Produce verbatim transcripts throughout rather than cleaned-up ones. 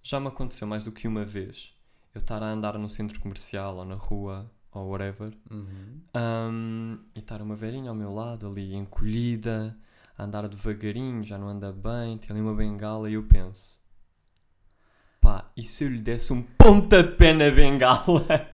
já me aconteceu mais do que uma vez eu estar a andar no centro comercial ou na rua ou whatever, Uhum. um, e estar uma velhinha ao meu lado ali encolhida, a andar devagarinho, já não anda bem, tem ali uma bengala e eu penso, pá, e se eu lhe desse um pontapé na bengala?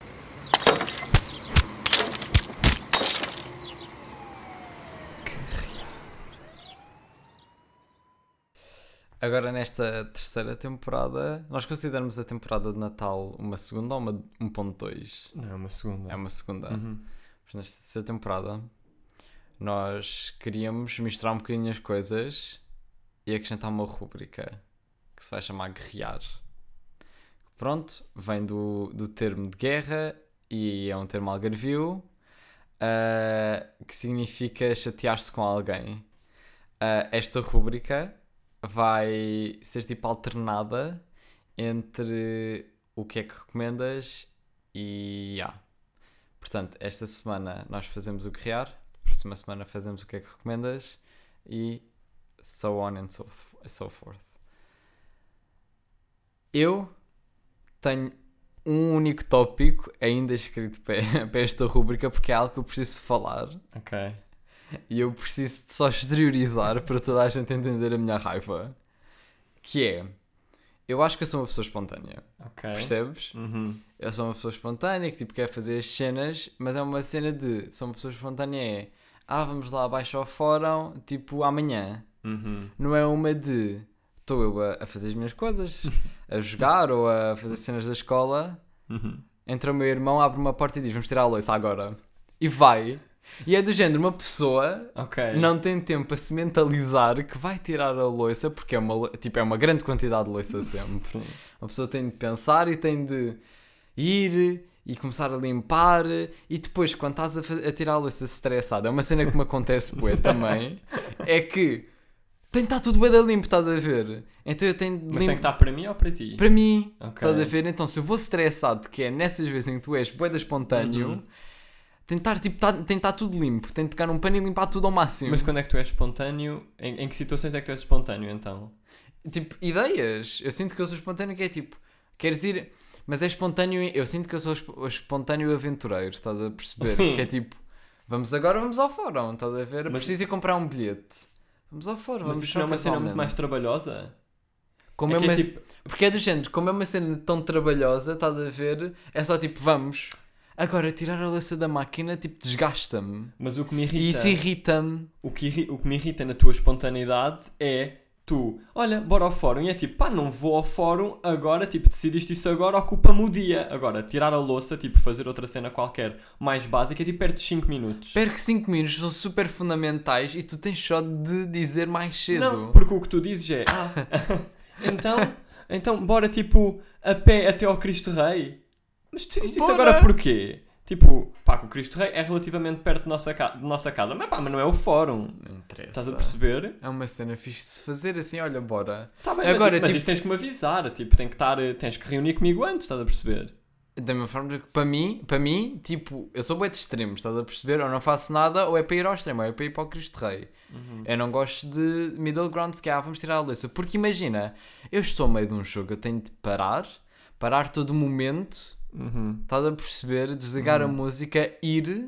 Agora nesta terceira temporada, nós consideramos a temporada de Natal uma segunda ou uma um ponto dois? Não, é uma segunda. É uma segunda. Uhum. Mas nesta terceira temporada nós queríamos misturar um bocadinho as coisas e acrescentar uma rúbrica que se vai chamar Guerrear. Pronto, vem do, do termo de guerra e é um termo algarvio uh, que significa chatear-se com alguém. Uh, esta rúbrica vai ser tipo alternada entre o que é que recomendas e... Yeah. Portanto, esta semana nós fazemos o Guerrear, a próxima semana fazemos o que é que recomendas e so on and so, so forth. Eu tenho um único tópico ainda escrito para, para esta rúbrica porque é algo que eu preciso falar. Ok. E eu preciso de só exteriorizar para toda a gente entender a minha raiva. Que é... Eu acho que eu sou uma pessoa espontânea. Ok. Percebes? Uhum. Eu sou uma pessoa espontânea que tipo quer fazer as cenas, mas é uma cena de... Sou uma pessoa espontânea é... Ah, vamos lá abaixo ao fórum, tipo amanhã. Uhum. Não é uma de... Estou eu a, a fazer as minhas coisas, a jogar ou a fazer cenas da escola. Uhum. Entra o meu irmão, abre uma porta e diz, vamos tirar a louça agora. E vai... E é do género, uma pessoa Ok. não tem tempo para se mentalizar que vai tirar a louça, porque é uma, tipo, é uma grande quantidade de louça sempre. Sim. Uma pessoa tem de pensar e tem de ir e começar a limpar e depois, quando estás a, fa- a tirar a louça estressado, é uma cena que me acontece bué também, é que tem de estar tudo bué da limpo, estás a ver? Então eu tenho de Mas limpo tem que estar para mim ou para ti? para mim, Ok. estás a ver? Então se eu vou estressado, que é nessas vezes em que tu és bué da espontâneo... Uhum. Tentar, tipo, tá, tem de estar tudo limpo. Tem de pegar um pano e limpar tudo ao máximo. Mas quando é que tu és espontâneo? Em, em que situações é que tu és espontâneo, então? Tipo, ideias. Eu sinto que eu sou espontâneo que é tipo... Queres ir... Mas é espontâneo... Eu sinto que eu sou esp- espontâneo aventureiro. Estás a perceber? Sim. Que é tipo... Vamos agora, vamos ao fórum. Estás a ver? Mas- Preciso ir comprar um bilhete. Vamos ao fórum. Mas Vamos isso não é uma só cena muito casualmente. mais trabalhosa? Como é é que uma... é tipo... Porque é do género. Como é uma cena tão trabalhosa, estás a ver? É só tipo, vamos... Agora, tirar a louça da máquina, tipo, desgasta-me. Mas o que me irrita... E isso irrita-me. O que, irri- o que me irrita na tua espontaneidade é tu, olha, bora ao fórum. E é tipo, pá, não vou ao fórum agora, tipo, decidiste isso agora, ocupa-me o dia. Agora, tirar a louça, tipo, fazer outra cena qualquer mais básica, é tipo, perto de cinco minutos. Espero que cinco minutos são super fundamentais e tu tens só de dizer mais cedo. Não, porque o que tu dizes é, ah, então, então, bora, tipo, a pé até ao Cristo Rei. Mas decidiste isso Bora! agora porquê? Tipo, pá, que o Cristo Rei é relativamente perto de nossa, ca- de nossa casa. Mas pá, mas não é o fórum. Não interessa. Estás a perceber? É uma cena fixe de se fazer assim, olha, bora. Tá bem, Agora, mas, mas tipo- isso tens que me avisar. Tipo, tem que estar, tens que reunir comigo antes, estás a perceber? Da mesma forma que para mim, para mim, tipo, eu sou bué de extremos, estás a perceber? Ou não faço nada, ou é para ir ao extremo, ou é para ir para o Cristo Rei. Uhum. Eu não gosto de middle grounds que há, vamos tirar a louça. Porque imagina, eu estou no meio de um jogo, eu tenho de parar, parar todo momento, Uhum. estás a perceber? Desligar Uhum. a música, ir,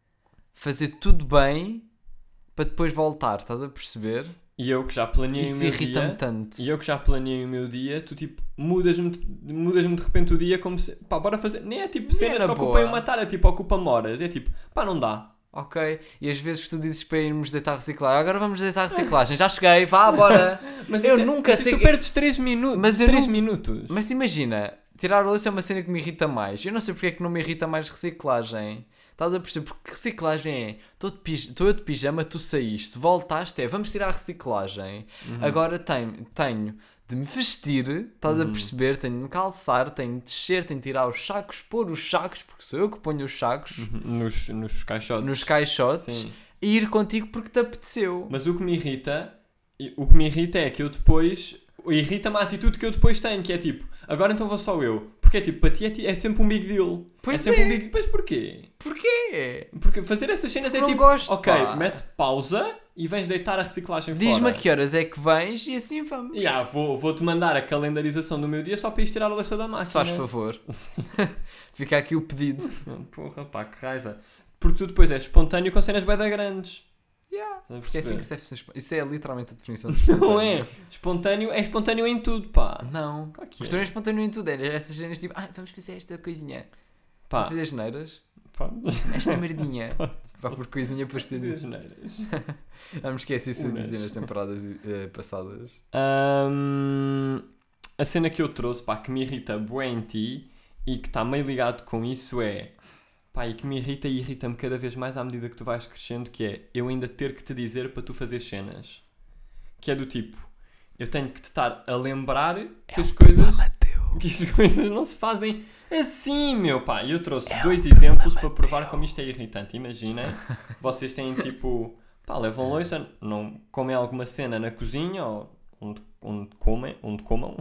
fazer tudo bem, para depois voltar, estás a perceber? E eu que já planeei o Isso meu irrita-me dia... tanto. E eu que já planeei o meu dia, tu tipo, mudas-me de, mudas-me de repente o dia como se... Pá, bora fazer... Nem é tipo Nem cenas na que boa. ocupem uma tarde, é tipo, ocupa-me horas. É tipo, pá, não dá. Ok, e às vezes tu dizes para irmos deitar reciclagem. Agora vamos deitar reciclagem. Já cheguei, vá, bora. Mas Eu isso é- nunca mas isso sei- tu perdes três minutos. Mas eu três não- minutos. Mas imagina, tirar a louça é uma cena que me irrita mais. Eu não sei porque é que não me irrita mais reciclagem. Estás a perceber? Porque reciclagem é... Estou de pij- estou eu de pijama, tu saíste, voltaste, é... Vamos tirar a reciclagem. Uhum. Agora tenho, tenho de me vestir, estás a Uhum. perceber? Tenho de me calçar, tenho de descer, tenho de tirar os sacos, pôr os sacos, porque sou eu que ponho os sacos Uhum. Nos, nos caixotes. nos caixotes Sim. e ir contigo porque te apeteceu. Mas o que me irrita... O que me irrita é que eu depois... Irrita-me a atitude que eu depois tenho, que é tipo... Agora então vou só eu. Porque é tipo, para ti é, ti- é sempre um big deal. Pois é sempre é. um big... Pois porquê? Porquê? Porque fazer essas cenas Porque é não tipo... gosto, ok, pá. mete pausa e vens deitar a reciclagem Diz-me fora. a que horas é que vens e assim vamos. Yeah, vou, vou-te mandar a calendarização do meu dia só para ires tirar a louça da máquina. Se faz favor. Fica aqui o pedido. Porra, pá, que raiva. Porque tu depois és espontâneo com cenas bem grandes. Yeah. Estás a Porque é assim perceber? que se deve ser espontâneo. Isso é literalmente a definição de espontâneo. Não é? Espontâneo é espontâneo em tudo, pá. Não. Claro que Mas é. tu não és espontâneo em tudo. É essas cenas tipo, ah, vamos fazer esta coisinha. Pá, Vamos fazer geneiras. pá. Esta merdinha. Pá, Pá, por coisinha para fazer ser. asneiras. Não me esqueci isso de Unas. dizer nas temporadas eh, passadas. Ahm, a cena que eu trouxe, pá, que me irrita bué em ti e que está meio ligado com isso é, pá, e que me irrita e irrita-me cada vez mais à medida que tu vais crescendo, que é eu ainda ter que te dizer para tu fazer cenas. Que é do tipo, eu tenho que te estar a lembrar que as coisas que as coisas não se fazem assim, meu pá. E eu trouxe dois exemplos para provar como isto é irritante. Imaginem, vocês têm tipo, pá, levam louça, não comem alguma cena na cozinha ou onde, onde comem, onde comam,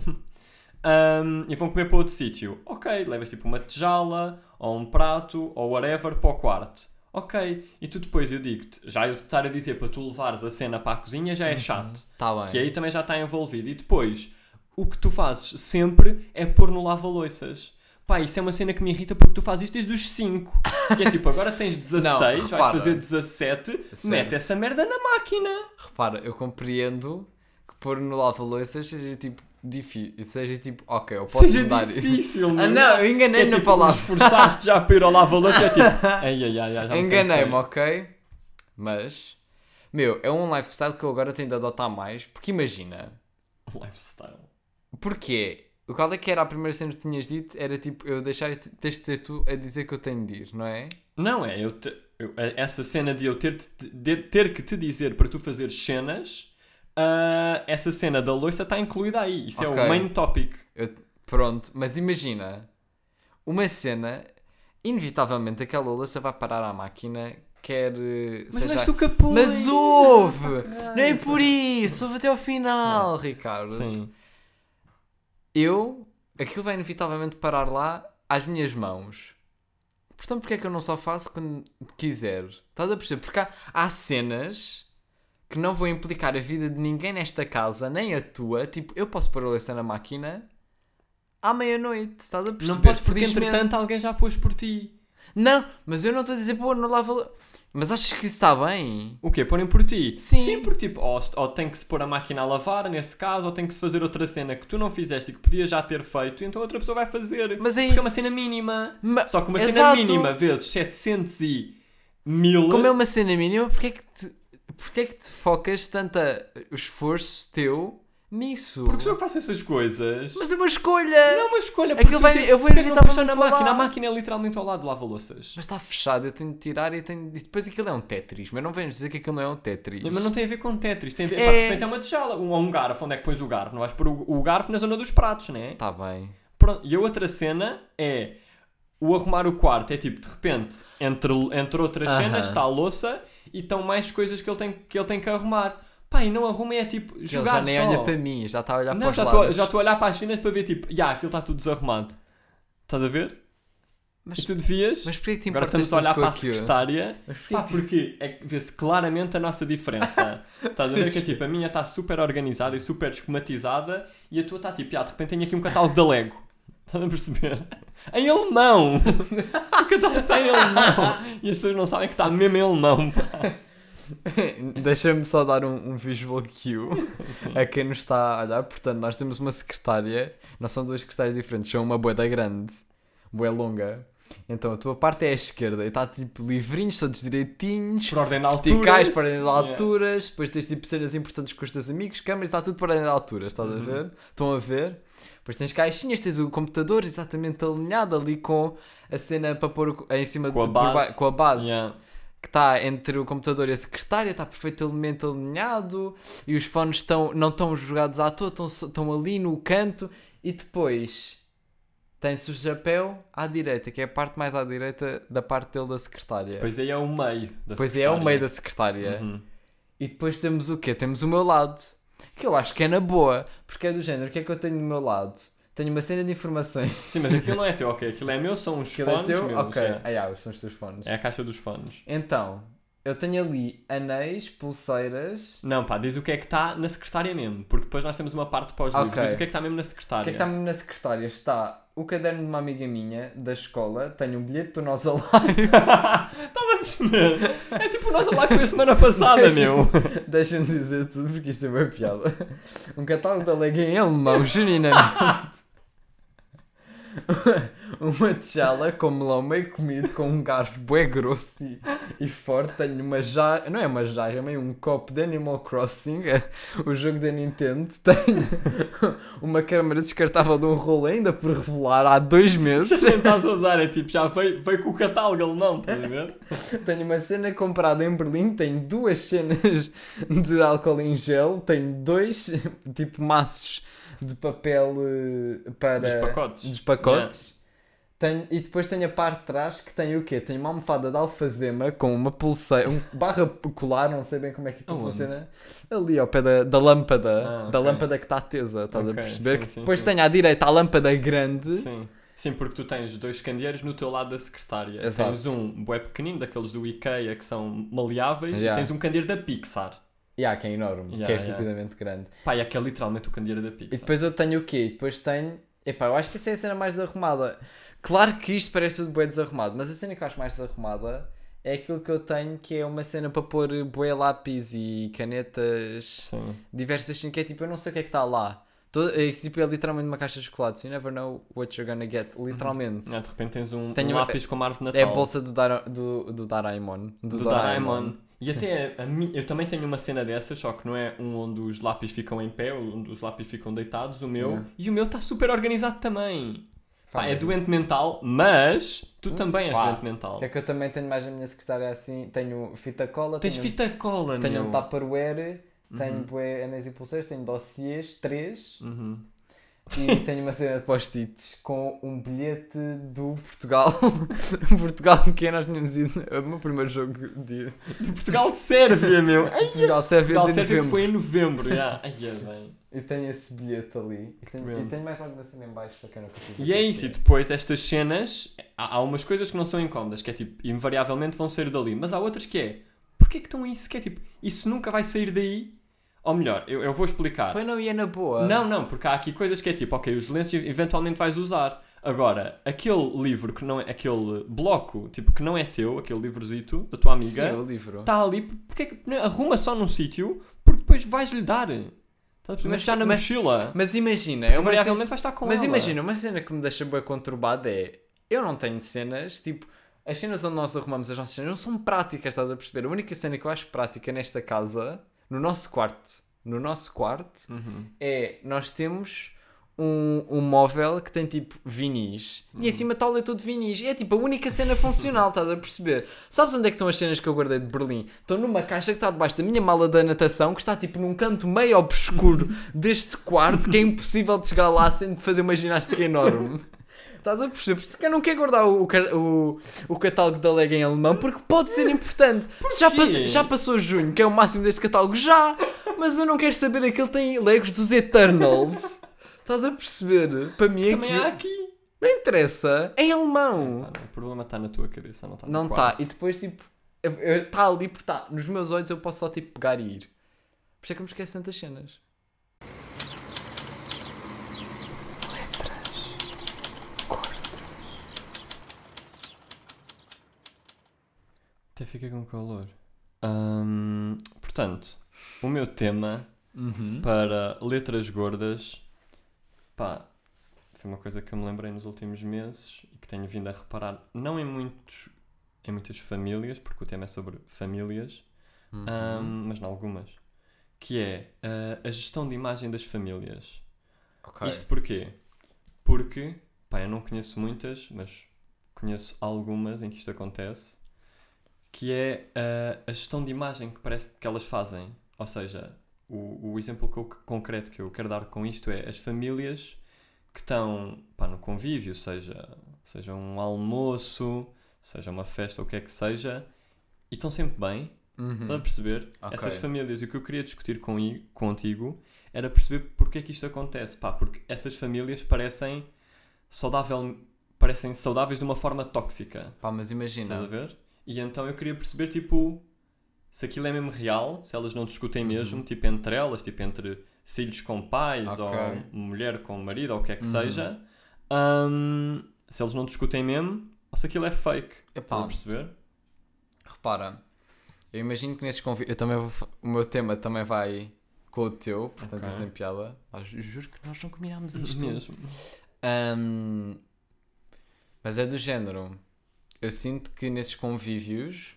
um, e vão comer para outro sítio. Ok, levas tipo uma tigela ou um prato ou whatever para o quarto. Ok, e tu depois eu digo-te, já eu te estar a dizer para tu levares a cena para a cozinha já é chato. Tá bem. Que aí também já está envolvido. E depois, o que tu fazes sempre é pôr no lava-loiças. Pá, isso é uma cena que me irrita porque tu fazes isto desde os cinco. Que é tipo, agora tens dezasseis, Não, vais repara. fazer dezassete, Certo. mete essa merda na máquina. Repara, eu compreendo que pôr no lava-louças seja tipo difícil. Seja tipo, ok, eu posso Seja mudar. difícil, Ah meu. não, eu enganei-me É na tipo, palavra. esforçaste já para ir ao lava-loiças, é tipo, ai, ai, ai, ai, já me Enganei-me, cansei. ok? Mas, meu, é um lifestyle que eu agora tenho de adotar mais. Porque imagina, Lifestyle. porquê? O qual é que era a primeira cena que tinhas dito? Era tipo, eu deixar, tens de ser tu a dizer que eu tenho de ir, não é? Não, é, eu, te- eu- essa cena de eu ter, de, ter que te dizer para tu fazeres cenas, ah, essa cena da louça está incluída aí. Isso é Ok. o main topic. Eu- pronto, mas imagina, uma cena, inevitavelmente aquela louça vai parar à máquina, quer eh, Mas seja... não és tu que pões. Mas ouve! Não é por isso, ouve até ao final, Ricardo. Sim. Eu, aquilo vai inevitavelmente parar lá às minhas mãos. Portanto, porque é que eu não só faço quando quiser? Estás a perceber? Porque há, há cenas que não vão implicar a vida de ninguém nesta casa, nem a tua. Tipo, eu posso pôr a louça na máquina à meia-noite. Estás a perceber? Não podes porque Felizmente. entretanto alguém já pôs por ti. Não, mas eu não estou a dizer, pô, não lava... Mas achas que isso está bem? O quê? Porem por ti? Sim. porque tipo, ou, ou tem que se pôr a máquina a lavar, nesse caso, ou tem que se fazer outra cena que tu não fizeste e que podias já ter feito, e então outra pessoa vai fazer. Mas aí... Porque é uma cena mínima. Ma- Só que uma cena Exato. mínima vezes setecentos e mil... Como é uma cena mínima, porque é que te, porque é que te focas tanto a- o esforço teu nisso? Porque sou eu que faço essas coisas. Mas é uma escolha! Não é uma escolha. Aquilo porque tu, vai- tipo, eu vou porque é que não inevitavelmente puxar na para lá. máquina. A máquina é literalmente ao lado do lava-louças. Mas está fechado, eu tenho de tirar e tenho de... e depois aquilo é um Tetris, mas não venhas dizer que aquilo não é um Tetris. Mas não tem a ver com Tetris. Tem a ver... É. Pá, de repente é uma tigela. Um, ou um garfo. Onde é que pões o garfo? Não vais pôr o, o garfo na zona dos pratos, né? Está bem. Pronto. E a outra cena é... O arrumar o quarto é tipo, de repente, entre, entre outras Aham. cenas, está a louça e estão mais coisas que ele tem que, ele tem que arrumar. Pá, e não arruma, é tipo, Ele jogar já nem só. olha para mim, já está a olhar para Não, os já estou lados. já estou a olhar para as cenas para ver tipo, já, aquilo está tudo desarrumado. Estás a ver? Mas, E tu devias... mas porquê que te Agora importas estamos a olhar tanto com para a aquilo? secretária. Mas porquê Pá, que te- porque é que vê-se claramente a nossa diferença. Estás a ver que é tipo, a minha está super organizada e super esquematizada e a tua está tipo, ah, de repente tenho aqui um catálogo da Lego. Estás a perceber? Em alemão! O catálogo está em alemão! E as pessoas não sabem que está mesmo em alemão. Pá. Deixa-me só dar um, um visual cue Sim. a quem nos está a olhar. Portanto, nós temos uma secretária, não são duas secretárias diferentes, são uma boeda grande, boé longa. Então a tua parte é à esquerda e está tipo livrinhos, todos direitinhos, Por ordem de verticais alturas. para ordem de Yeah. alturas, depois tens tipo cenas importantes com os teus amigos, câmeras, está tudo para ordem de alturas, estás a Uhum. ver? Estão a ver? Depois tens caixinhas, tens o computador exatamente alinhado ali com a cena para pôr o- em cima Com a do- por base. ba- com a base. Yeah. Que está entre o computador e a secretária, está perfeitamente alinhado e os fones estão, não estão jogados à toa, estão, só- estão ali no canto e depois tem-se o chapéu à direita, que é a parte mais à direita da parte dele da secretária. Pois aí é o meio da Pois é, é o secretária. meio da secretária. Uhum. E depois temos o quê? Temos o meu lado, que eu acho que é na boa, porque é do género, o que é que eu tenho do meu lado? Tenho uma cena de informações. Sim, mas aquilo não é teu, ok? Aquilo é meu, são os Aquilo é fones teu? meus. Ok. é. Ah, yeah, são os teus fones. É a caixa dos fones. Então, Eu tenho ali anéis, pulseiras... Não, pá, diz o que é que está na secretária mesmo, porque depois nós temos uma parte para os livros. Ok. Diz o que é que está mesmo na O secretária. que é que está mesmo na secretária? Está o caderno de uma amiga minha, da escola, tenho um bilhete do Nós Alive. Estava a perceber? É tipo, o nosso live foi a semana passada, meu. Deixa-me dizer tudo, porque isto é uma piada. Um catálogo da Lega em alemão, genuinamente. Uma tigela com melão meio comido, com um garfo bué grosso e, e forte. Tenho uma jarra, não é uma jarra, é meio um copo de Animal Crossing, é o jogo da Nintendo. Tenho uma câmera descartável de um rolo ainda por revelar há dois meses. Nem estás a usar, é tipo, já veio, veio com o catálogo alemão, estás a ver? Tenho uma cena comprada em Berlim, tenho duas cenas de álcool em gel, tenho dois tipo maços de papel eh, para Dos pacotes. dos pacotes. Tenho, e depois tenho a parte de trás que tem o quê? Tenho uma almofada de alfazema com uma pulseira, um barra colar, não sei bem como é que aquilo Aonde? funciona. Ali ao pé da, da lâmpada, Ah, da ok. lâmpada que está acesa, estás Ok, a perceber? sim, Que sim, depois sim. tenho à direita a lâmpada grande. Sim. Sim, porque tu tens dois candeeiros no teu lado da secretária. Exato. Tens um bué pequenino, daqueles do IKEA que são maleáveis, Yeah. e tens um candeeiro da Pixar. Yeah, que é enorme, Yeah, que é yeah. estupidamente grande. Pá, e é que é literalmente o candeeiro da E Pixar. depois eu tenho o quê? Depois tenho... Epá, eu acho que essa é a cena mais desarrumada. Claro que isto parece tudo bué desarrumado, mas a cena que eu acho mais desarrumada é aquilo que eu tenho, que é uma cena para pôr bué lápis e canetas Sim. diversas, assim, que é tipo, eu não sei o que é que está lá. Todo, é, tipo, é literalmente uma caixa de chocolates. You never know what you're gonna get. Literalmente. Ah, de repente tens um, Tenho um uma- lápis com uma árvore de É a Natal. bolsa do, Dara, do, do Doraemon. do Doraemon. E até a, a mi- eu também tenho uma cena dessas, só que não é um onde os lápis ficam em pé, onde os lápis ficam deitados, o meu. Yeah. E o meu está super organizado também. Pá, Pá, é mas- doente mental, mas tu também és Pá, doente mental. Que é que eu também tenho mais a minha secretária assim. Tenho fita cola. Tens tenho, fita cola, Tenho meu. um Tupperware. Tenho Uhum. bué anéis e pulseiras. Tenho dossiês, três. Uhum. E tenho uma cena de post-its com um bilhete do Portugal. Portugal, que é, nós tínhamos ido. É o meu primeiro jogo de. De Portugal-Sérvia, meu. Ai, Portugal Sérvia de Portugal-Sérvia que novembro. foi em novembro, já. Ai, é bem. E tenho esse bilhete ali. E tenho, e doente. tenho mais alguma cena em baixo para que eu não consigo. E é isso, e depois estas cenas, há, há umas coisas que não são incómodas, que é tipo, invariavelmente vão sair dali, mas há outras que é, porquê que estão isso? Que é tipo, isso nunca vai sair daí? Ou melhor, eu, eu vou explicar. Pois não ia na boa. Não, não, porque há aqui coisas que é tipo, ok, os lenços eventualmente vais usar. Agora, aquele livro que não é, aquele bloco, tipo, que não é teu, aquele livrozito da tua Sim, amiga, o livro. está ali, porque é que não- arruma só num sítio, porque depois vais-lhe dar. Estás a perceber? Mas- já na mas- mochila. Mas imagina, é uma cena, Invariavelmente vais estar com mas ela. imagina, uma cena que me deixa bem conturbada é. Eu não tenho cenas, tipo. As cenas onde nós arrumamos as nossas cenas não são práticas, estás a perceber? A única cena que eu acho prática nesta casa, no nosso quarto, no nosso quarto, Uhum. é nós temos um, um móvel que tem tipo vinis e em cima está o leitor de vinis. E é tipo a única cena funcional, estás a perceber? Sabes onde é que estão as cenas que eu guardei de Berlim? Estão numa caixa que está debaixo da minha mala da natação, que está tipo num canto meio obscuro deste quarto, que é impossível de chegar lá sem fazer uma ginástica enorme. Estás a perceber? Por isso que eu não quero guardar o, o, o catálogo da Lega em alemão, porque pode ser importante. Se já, passou, já passou junho, que é o máximo deste catálogo, já! Mas eu não quero saber aquele tem Legos dos Eternals. Estás a perceber? Para mim é Também que há aqui. não interessa. É em alemão. Pá, não, o problema está na tua cabeça, não está no Não está. quarto. E depois, tipo, está ali porque está. Nos meus olhos eu posso só, tipo, pegar e ir. Por isso é que eu me esqueço tantas cenas. Até fiquei com calor. Hum, portanto, o meu tema Uhum. para letras gordas, pá, foi uma coisa que eu me lembrei nos últimos meses e que tenho vindo a reparar, não em, muitos, em muitas famílias, porque o tema é sobre famílias, Uhum. hum, mas em algumas, que é uh, a gestão de imagem das famílias. Ok. Isto porquê? Porque, pá, eu não conheço muitas, mas conheço algumas em que isto acontece, que é uh, a gestão de imagem que parece que elas fazem. Ou seja, o, o exemplo que eu, concreto que eu quero dar com isto é as famílias que estão, pá, no convívio, seja, seja um almoço, seja uma festa, ou o que é que seja, e estão sempre bem. Uhum. Estás a perceber? Ok. Essas famílias, e o que eu queria discutir com, contigo era perceber porque é que isto acontece. Pá, porque essas famílias parecem, saudável, parecem saudáveis de uma forma tóxica. Pá, mas imagina. Estás a ver? E então eu queria perceber, tipo, se aquilo é mesmo real, se elas não discutem Uhum. mesmo, tipo entre elas, tipo entre filhos com pais Ok. ou mulher com marido ou o que é que Uhum. seja, hum, se eles não discutem mesmo, ou se aquilo é fake. Estás a Epá, perceber? repara, eu imagino que nesses convívios, eu também vou, fa- o meu tema também vai com o teu, portanto Ok. é sem piada. Nós, juro que nós não combinámos isto. Mesmo. Ahm, mas é do género. Eu sinto que nesses convívios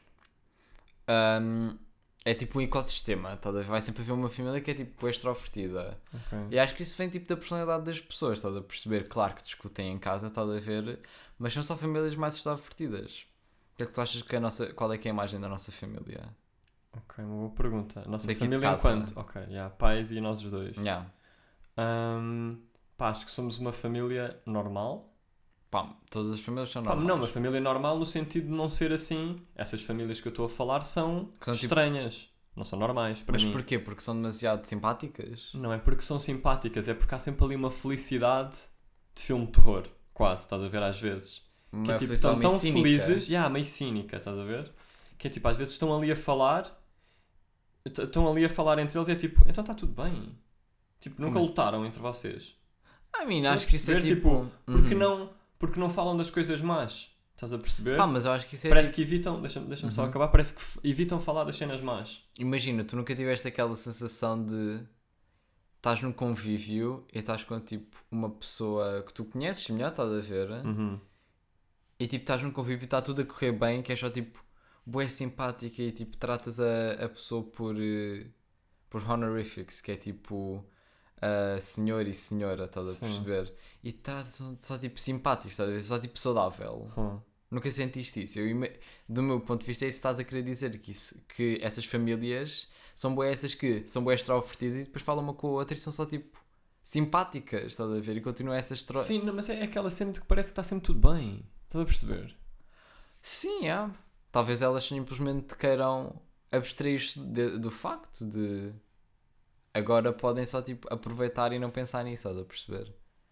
ahm, é tipo um ecossistema. Tá? a ver? Vai sempre haver uma família que é tipo extrovertida. Ok. E acho que isso vem tipo da personalidade das pessoas. Estás a perceber? Claro que discutem em casa, estás a ver, mas são só famílias mais extrovertidas. O que é que tu achas que a nossa, qual é que é a imagem da nossa família? Ok, uma boa pergunta. A nossa Daqui de família casa. enquanto? Ok, yeah, pais e nós os dois. Yeah. Hum, pá, acho que somos uma família normal. Pá, todas as famílias são Pá, normais. não, uma família normal no sentido de não ser assim. Essas famílias que eu estou a falar são, Que são, tipo- estranhas. Não são normais para Mas mim. porquê? Porque são demasiado simpáticas? Não é porque são simpáticas, é porque há sempre ali uma felicidade de filme de terror. Quase, estás a ver às vezes. Que Uma é tipo, aflição estão meio tão cínica. felizes, yeah, meio cínica, estás a ver? Que é tipo, às vezes estão ali a falar, t- estão ali a falar entre eles e é tipo, então está tudo bem. Tipo, nunca Como assim? lutaram entre vocês. I mean, Estás a acho que isso é perceber? tipo... Porque, Uhum. não, porque não falam das coisas más. Estás a perceber? Pá, mas eu acho que isso é Parece tipo... que evitam, deixa-me deixa só Uhum. acabar, parece que f- evitam falar das cenas más. Imagina, tu nunca tiveste aquela sensação de... Estás num convívio e estás com tipo uma pessoa que tu conheces melhor, estás a ver? Uhum. E tipo estás num convívio e está tudo a correr bem, que é só tipo bué simpática e tipo tratas a, a pessoa por, eh, por honorifics, que é tipo uh, senhor e senhora, estás a Sim. perceber? E tratas só, só tipo simpáticos, estás a ver? Só tipo saudável. Hum. Nunca sentiste isso? Eu, ima- do meu ponto de vista é isso que estás a querer dizer, que, isso, que essas famílias são bué essas que são bué extrovertidas e depois falam uma com a outra e são só tipo simpáticas, estás a ver? E continuam essas tro... Sim, não, mas é aquela cena de que parece que está sempre tudo bem. Estás a perceber? Sim, é. Talvez elas simplesmente queiram abstrair-se de- do facto de agora podem só tipo aproveitar e não pensar nisso, estás a perceber?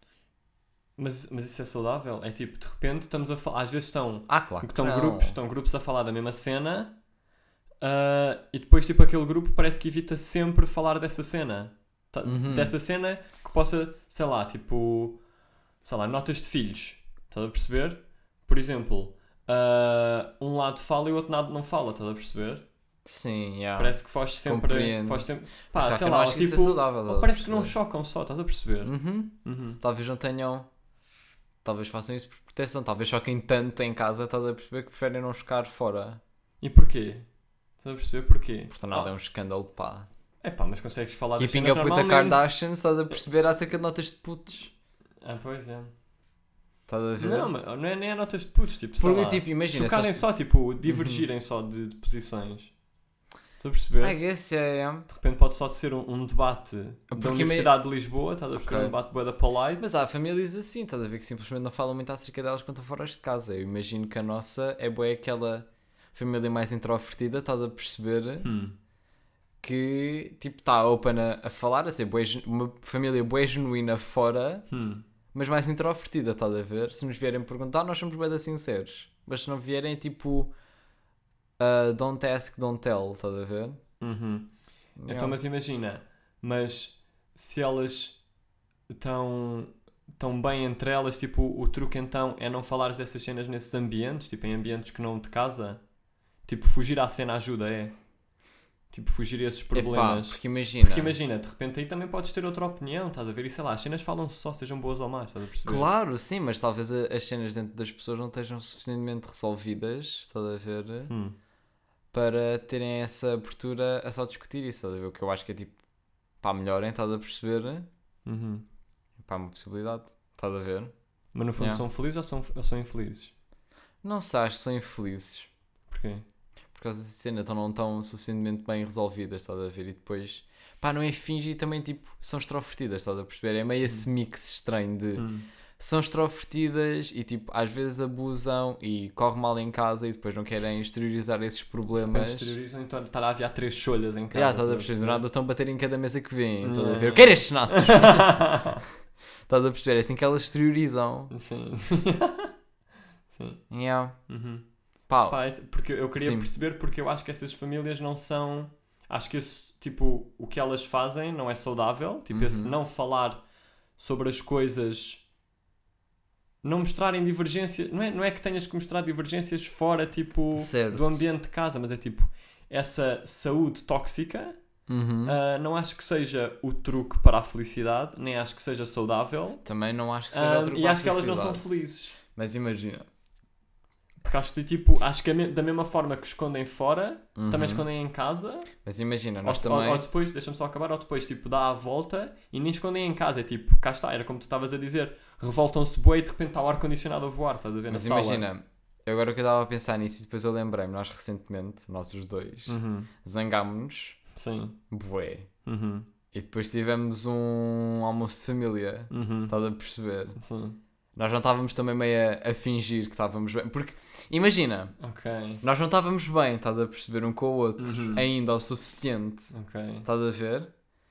Mas, mas isso é saudável? É tipo, de repente estamos a falar. Às vezes estão, Ah, claro que estão, não. grupos, estão grupos a falar da mesma cena ah, e depois, tipo, aquele grupo parece que evita sempre falar dessa cena. Tá- Uhum. Dessa cena que possa, sei lá, tipo, sei lá, notas de filhos. Estás a perceber? Por exemplo, ah, um lado fala e o outro lado não fala. Estás a perceber? Sim, yeah. Parece que foge sempre. Compreendo. Foge sempre pá, Claro que sei eu não lá, acho ou que isso é tipo. saudável, Ou estás a parece que não perceber? chocam só, estás a perceber? Uhum. Uhum. Talvez não tenham. Talvez façam isso por proteção. Talvez choquem tanto em casa, estás a perceber, que preferem não chocar fora. E porquê? Estás a perceber porquê? Por nada é um escândalo, pá. É pá, mas consegues falar das Keeping cenas up with the normalmente. Kardashians, estás a perceber acerca de notas de putos. Ah, pois é. Estás a ver? Não, mas não é nem a notas de putos, tipo, sei Porque, lá, tipo, imagina, chocarem só- só, tipo, divergirem só de, de posições. Estás a perceber? I guess, yeah, yeah. De repente pode só ser um, um debate Porque da Universidade de Lisboa, estás a perceber? Ok. Um debate bué da polite. Mas há famílias assim, estás a ver, que simplesmente não falam muito acerca delas quando estão fora de casa. Eu imagino que a nossa é bué aquela família mais introvertida, estás a perceber, Hum. que tipo está open a, a falar, a ser bué, gen- uma família bué genuína fora, Hum. mas mais introvertida, estás a ver? Se nos vierem perguntar, nós somos bué da sinceros. Mas se não vierem, tipo, uh, don't ask, don't tell, estás a ver? Uhum. Yeah. Então, mas imagina, mas se elas estão tão bem entre elas, tipo, o truque então é não falares dessas cenas nesses ambientes, tipo, em ambientes que não de casa. Tipo, fugir à cena ajuda, é. Tipo, fugir a esses Epá, problemas. porque imagina, Porque imagina, de repente aí também podes ter outra opinião, estás a ver? E sei lá, as cenas falam só, sejam boas ou más, estás a perceber? claro, sim, mas talvez a- as cenas dentro das pessoas não estejam suficientemente resolvidas, estás a ver? Hum. Para terem essa abertura a só discutir isso, estás a ver? O que eu acho que é tipo, pá, melhorem, estás a perceber? Uhum. Pá, uma possibilidade, estás a ver? Mas no fundo Yeah. são felizes ou são, ou são infelizes? Não se acho que são infelizes, Porquê? por causa dessa cena, então não estão suficientemente bem resolvidas, estás a ver? E depois, pá, não é fingir também, tipo, são extrovertidas, estás a perceber? É meio esse mix estranho de Hum. são extrovertidas e, tipo, às vezes abusam e corre mal em casa e depois não querem exteriorizar esses Mas problemas. exteriorizam, então está a haver três cholhas em casa. Já, estás a estás perceber, do nada estão a bater em cada mesa que vêm, estás a Yeah, ver? Eu yeah. quero estes natos! Estás a perceber? É assim que elas exteriorizam. Sim. Sim. Yeah. Uhum. Pá, Pá, esse- porque eu queria Sim. perceber porque eu acho que essas famílias não são. Acho que esse, tipo, o que elas fazem não é saudável. Tipo, esse Uhum. não falar sobre as coisas. Não mostrarem divergências. Não é, não é que tenhas que mostrar divergências fora, tipo, Certo. do ambiente de casa, mas é tipo, essa saúde tóxica. Uhum. ah, não acho que seja o truque para a felicidade, nem acho que seja saudável. Também não acho que seja Ah, outro e acho que elas não são felizes. Mas imagina. Porque acho que, tipo, acho que a me- da mesma forma que escondem fora, Uhum. também escondem em casa. Mas imagina, Ou, nós se- também. ou- ou depois, deixa-me só acabar, ou depois, tipo, dá a volta e nem escondem em casa. É tipo, cá está, era como tu estavas a dizer, revoltam-se bué e de repente está o ar-condicionado a voar, estás a ver, Mas na sala. imagina, eu agora que eu estava a pensar nisso e depois eu lembrei-me, nós recentemente, nós os dois, Uhum. zangámos-nos, Sim. bué. Uhum. E depois tivemos um almoço de família, Uhum. estás a perceber? Sim. Nós não estávamos também meio a, a fingir que estávamos bem. Porque, imagina, Ok. nós não estávamos bem, estás a perceber, um com o outro, Uhum. ainda o suficiente, Ok. estás a ver?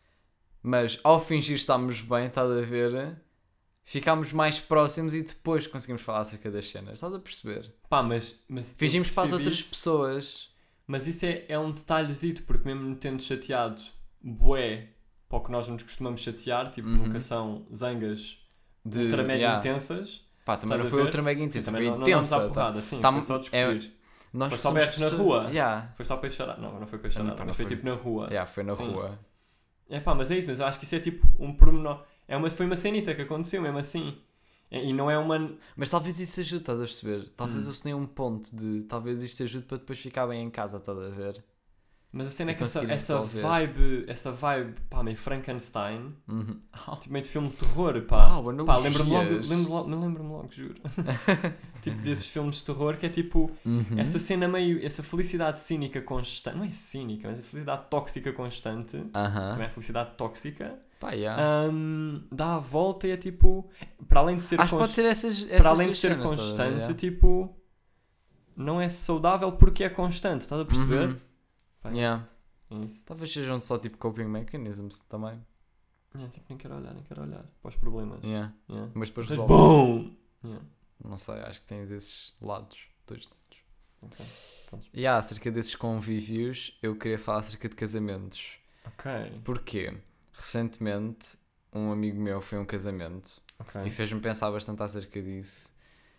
Mas ao fingir estarmos bem, estás a ver? Ficámos mais próximos e depois conseguimos falar acerca das cenas, estás a perceber? Pá, mas... mas eu Fingimos para as percebi outras isso. pessoas. Mas isso é, é um detalhezito, porque mesmo me tendo chateado bué para o que nós nos costumamos chatear, tipo, Uhum. nunca são zangas De, ultra mega yeah. intensas. Pá, também Estás não a foi ver? ultra mega Sim, intensa, também foi não, não damos intensa. à porrada, sim, Tá- foi só é- discutir. Nós Foi só somos berros na pessoas- rua. Yeah. Foi só peixarada. Não, não foi peixarada, Não, pá, mas não foi foi. tipo na rua. Yeah, foi na Sim. rua. É pá, mas é isso, mas eu acho que isso é tipo um pormenor. É uma, foi uma cenita que aconteceu mesmo assim. E e não é uma... Mas talvez isso ajude, estás a perceber? Talvez Hum. eles tenham um ponto de talvez isto ajude para depois ficar bem em casa, estás a ver? Mas a cena é E que essa, conseguirem essa resolver. vibe, essa vibe, pá, meio Frankenstein, Uhum. tipo meio de filme de terror, pá. Uau, Pá, lembro-me logo, analogias. lembro, logo- lembro-me logo, juro. Tipo desses filmes de terror que é tipo Uhum. essa cena meio, essa felicidade cínica constante, não é cínica, mas a felicidade tóxica constante, Aham. também é felicidade tóxica, Pá, yeah. hum, dá a volta e é tipo, para além de ser, Acho que cons- pode ser essas, essas para além de duas ser cenas, estás a ver? constante, tipo, não é saudável porque é constante, estás a perceber? Uhum. Pá, Yeah. é isso. Talvez sejam só tipo coping mechanisms também. É, tipo, nem quero olhar, nem quero olhar para os problemas. Yeah. Yeah. Mas depois Mas resolve. bom! Yeah. Não sei, acho que tens esses lados. Dois lados. Ok, pronto. E há acerca desses convívios, eu queria falar acerca de casamentos. Ok, Porquê? Recentemente, um amigo meu foi a um casamento ok. e fez-me pensar bastante acerca disso.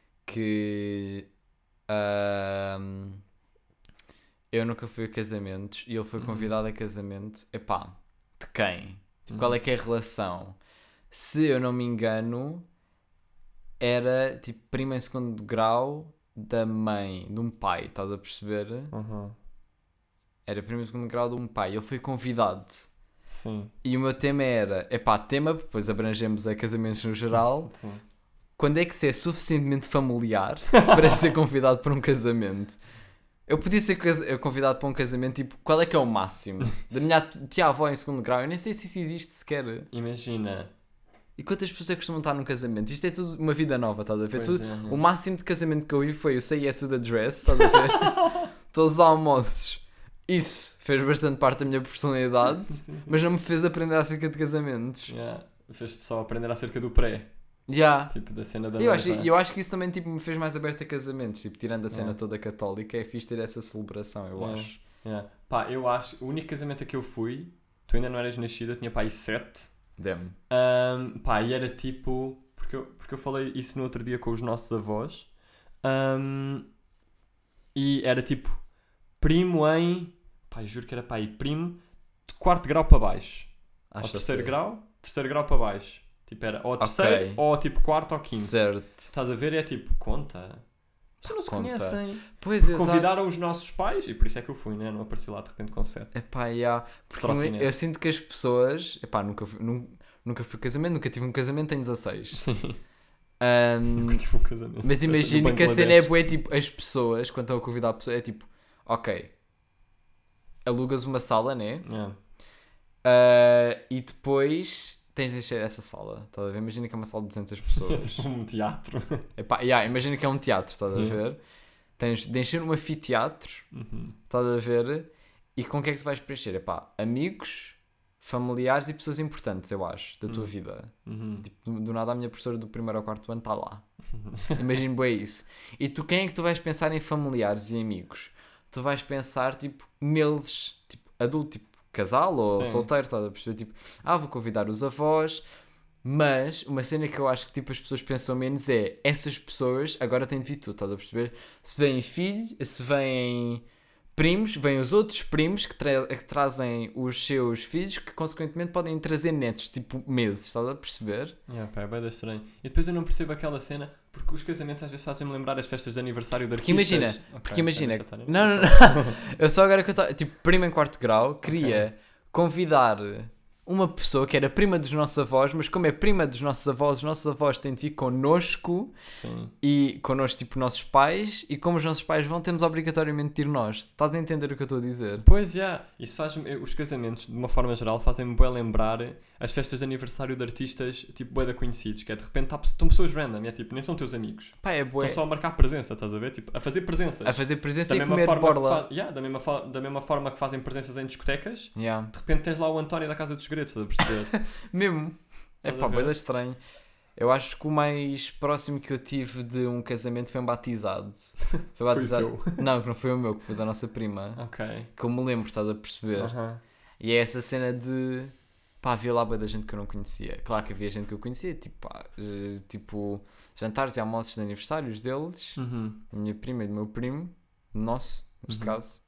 Que ahm, eu nunca fui a casamentos e ele foi Uhum. convidado a casamento. Epá, de quem? Tipo, Uhum. qual é que é a relação? Se eu não me engano, era tipo primo em segundo grau da mãe, de um pai, estás a perceber? Uhum. Era primo em segundo grau de um pai. Ele foi convidado. Sim. E o meu tema era, epá, tema, depois abrangemos a casamentos no geral. Sim. Quando é que se é suficientemente familiar para ser convidado para um casamento? Eu podia ser casa- convidado para um casamento, tipo, qual é que é o máximo? Da minha tia-avó em segundo grau, eu nem sei se isso existe sequer. Imagina. E quantas pessoas é que costumam estar num casamento? Isto é tudo uma vida nova, estás a ver? Pois Tudo- é, é. O máximo de casamento que eu vi foi o Say Yes to the Dress, estás a ver? Todos os almoços. Isso fez bastante parte da minha personalidade, Sim, sim. mas não me fez aprender acerca de casamentos. Yeah. Fez-te só aprender acerca do pré. Já. Tipo, da cena da Eu acho, noiva. eu acho que isso também tipo, me fez mais aberto a casamentos, tipo, tirando a cena Yeah. toda católica, é fixe ter essa celebração, eu Yeah. acho. Yeah. Pá, eu acho... O único casamento a que eu fui, tu ainda não eras nascida, eu tinha pá aí sete. Demo. Um, pá, e era tipo... Porque eu, porque eu falei isso no outro dia com os nossos avós. Um, e era tipo... Primo em... Pá, eu juro que era pá aí. Primo de quarto grau para baixo. Ou Acho terceiro assim. grau. Terceiro grau para baixo. Tipo, era ou terceiro Ok. ou tipo quarto ou quinto. Certo. Estás a ver? É tipo, conta. Vocês não se Conta. conhecem. Pois é, Convidaram os nossos pais e por isso é que eu fui, né? Não apareci lá de repente com sete. Epá, yeah. Porque eu, trotinete. eu sinto que as pessoas... Epá, nunca fui, nun- nunca fui a casamento, nunca tive um casamento em dezasseis. Sim. Ahm, Nunca tive um casamento. mas Esta do imagina que a cena é Bangladesh. boa, tipo, as pessoas, quando estão a convidar a pessoa, é tipo, ok, alugas uma sala, né? Yeah. Ah, e depois tens de encher essa sala, estás a ver? Imagina que é uma sala de duzentas É pessoas. tipo um teatro. Epá, yeah, imagina que é um teatro, estás a Yeah. ver? Tens de encher um anfiteatro, Uhum. estás a ver? E com o que é que tu vais preencher? Epá, amigos, familiares e pessoas importantes, eu acho, da tua Hum. vida. Uhum. Tipo, do nada a minha professora do primeiro ao quarto ano está lá. Imagino bem isso. E tu, quem é que tu vais pensar em familiares e amigos? Tu vais pensar, tipo, neles, tipo, adulto, tipo, casal ou Sim. solteiro, estás a perceber? Tipo, ah, vou convidar os avós. Mas uma cena que eu acho que tipo, as pessoas pensam menos é essas pessoas agora têm de vir tudo, estás a perceber? Se vêm filhos, se vêm primos, vêm os outros primos que, tra- que trazem os seus filhos que consequentemente podem trazer netos, tipo meses, estás a perceber? Yeah, pá, é bem estranho. E depois eu não percebo aquela cena, porque os casamentos às vezes fazem-me lembrar as festas de aniversário de Porque artistas. imagina, Ok, porque imagina, é deixa eu estar- não, não, não, eu só agora que eu estou, tipo, primo em quarto grau, queria convidar uma pessoa que era prima dos nossos avós, mas como é prima dos nossos avós, os nossos avós têm de ir connosco Sim. e connosco, tipo, nossos pais, e como os nossos pais vão, temos obrigatoriamente de ir nós. Estás a entender o que eu estou a dizer? Pois, já. Isso faz os casamentos, de uma forma geral, fazem-me bem lembrar as festas de aniversário de artistas, tipo, bué da conhecidos, que é de repente tá, estão pessoas random, é tipo, nem são teus amigos. Pá, é bué. Estão só a marcar presença, estás a ver? Tipo, a fazer presenças. A fazer presença da e mesma comer forma borla. que fa- yeah, da, mesma fo- da mesma forma que fazem presenças em discotecas, Yeah. de repente tens lá o António da Casa dos Segredos, estás a perceber? Mesmo. É Estás pá, a ver? bué da estranho. Eu acho que o mais próximo que eu tive de um casamento foi um batizado. Foi Foi o batizado. teu. Não, que não foi o meu, que foi da nossa prima. Ok. Que eu me lembro, estás a perceber? Aham. E é essa cena de. Pá, havia lá bué da gente que eu não conhecia. Claro que havia gente que eu conhecia, tipo, pá, eh, tipo jantares e almoços de aniversários deles, Uhum. da minha prima e do meu primo, nosso, neste Uhum. caso.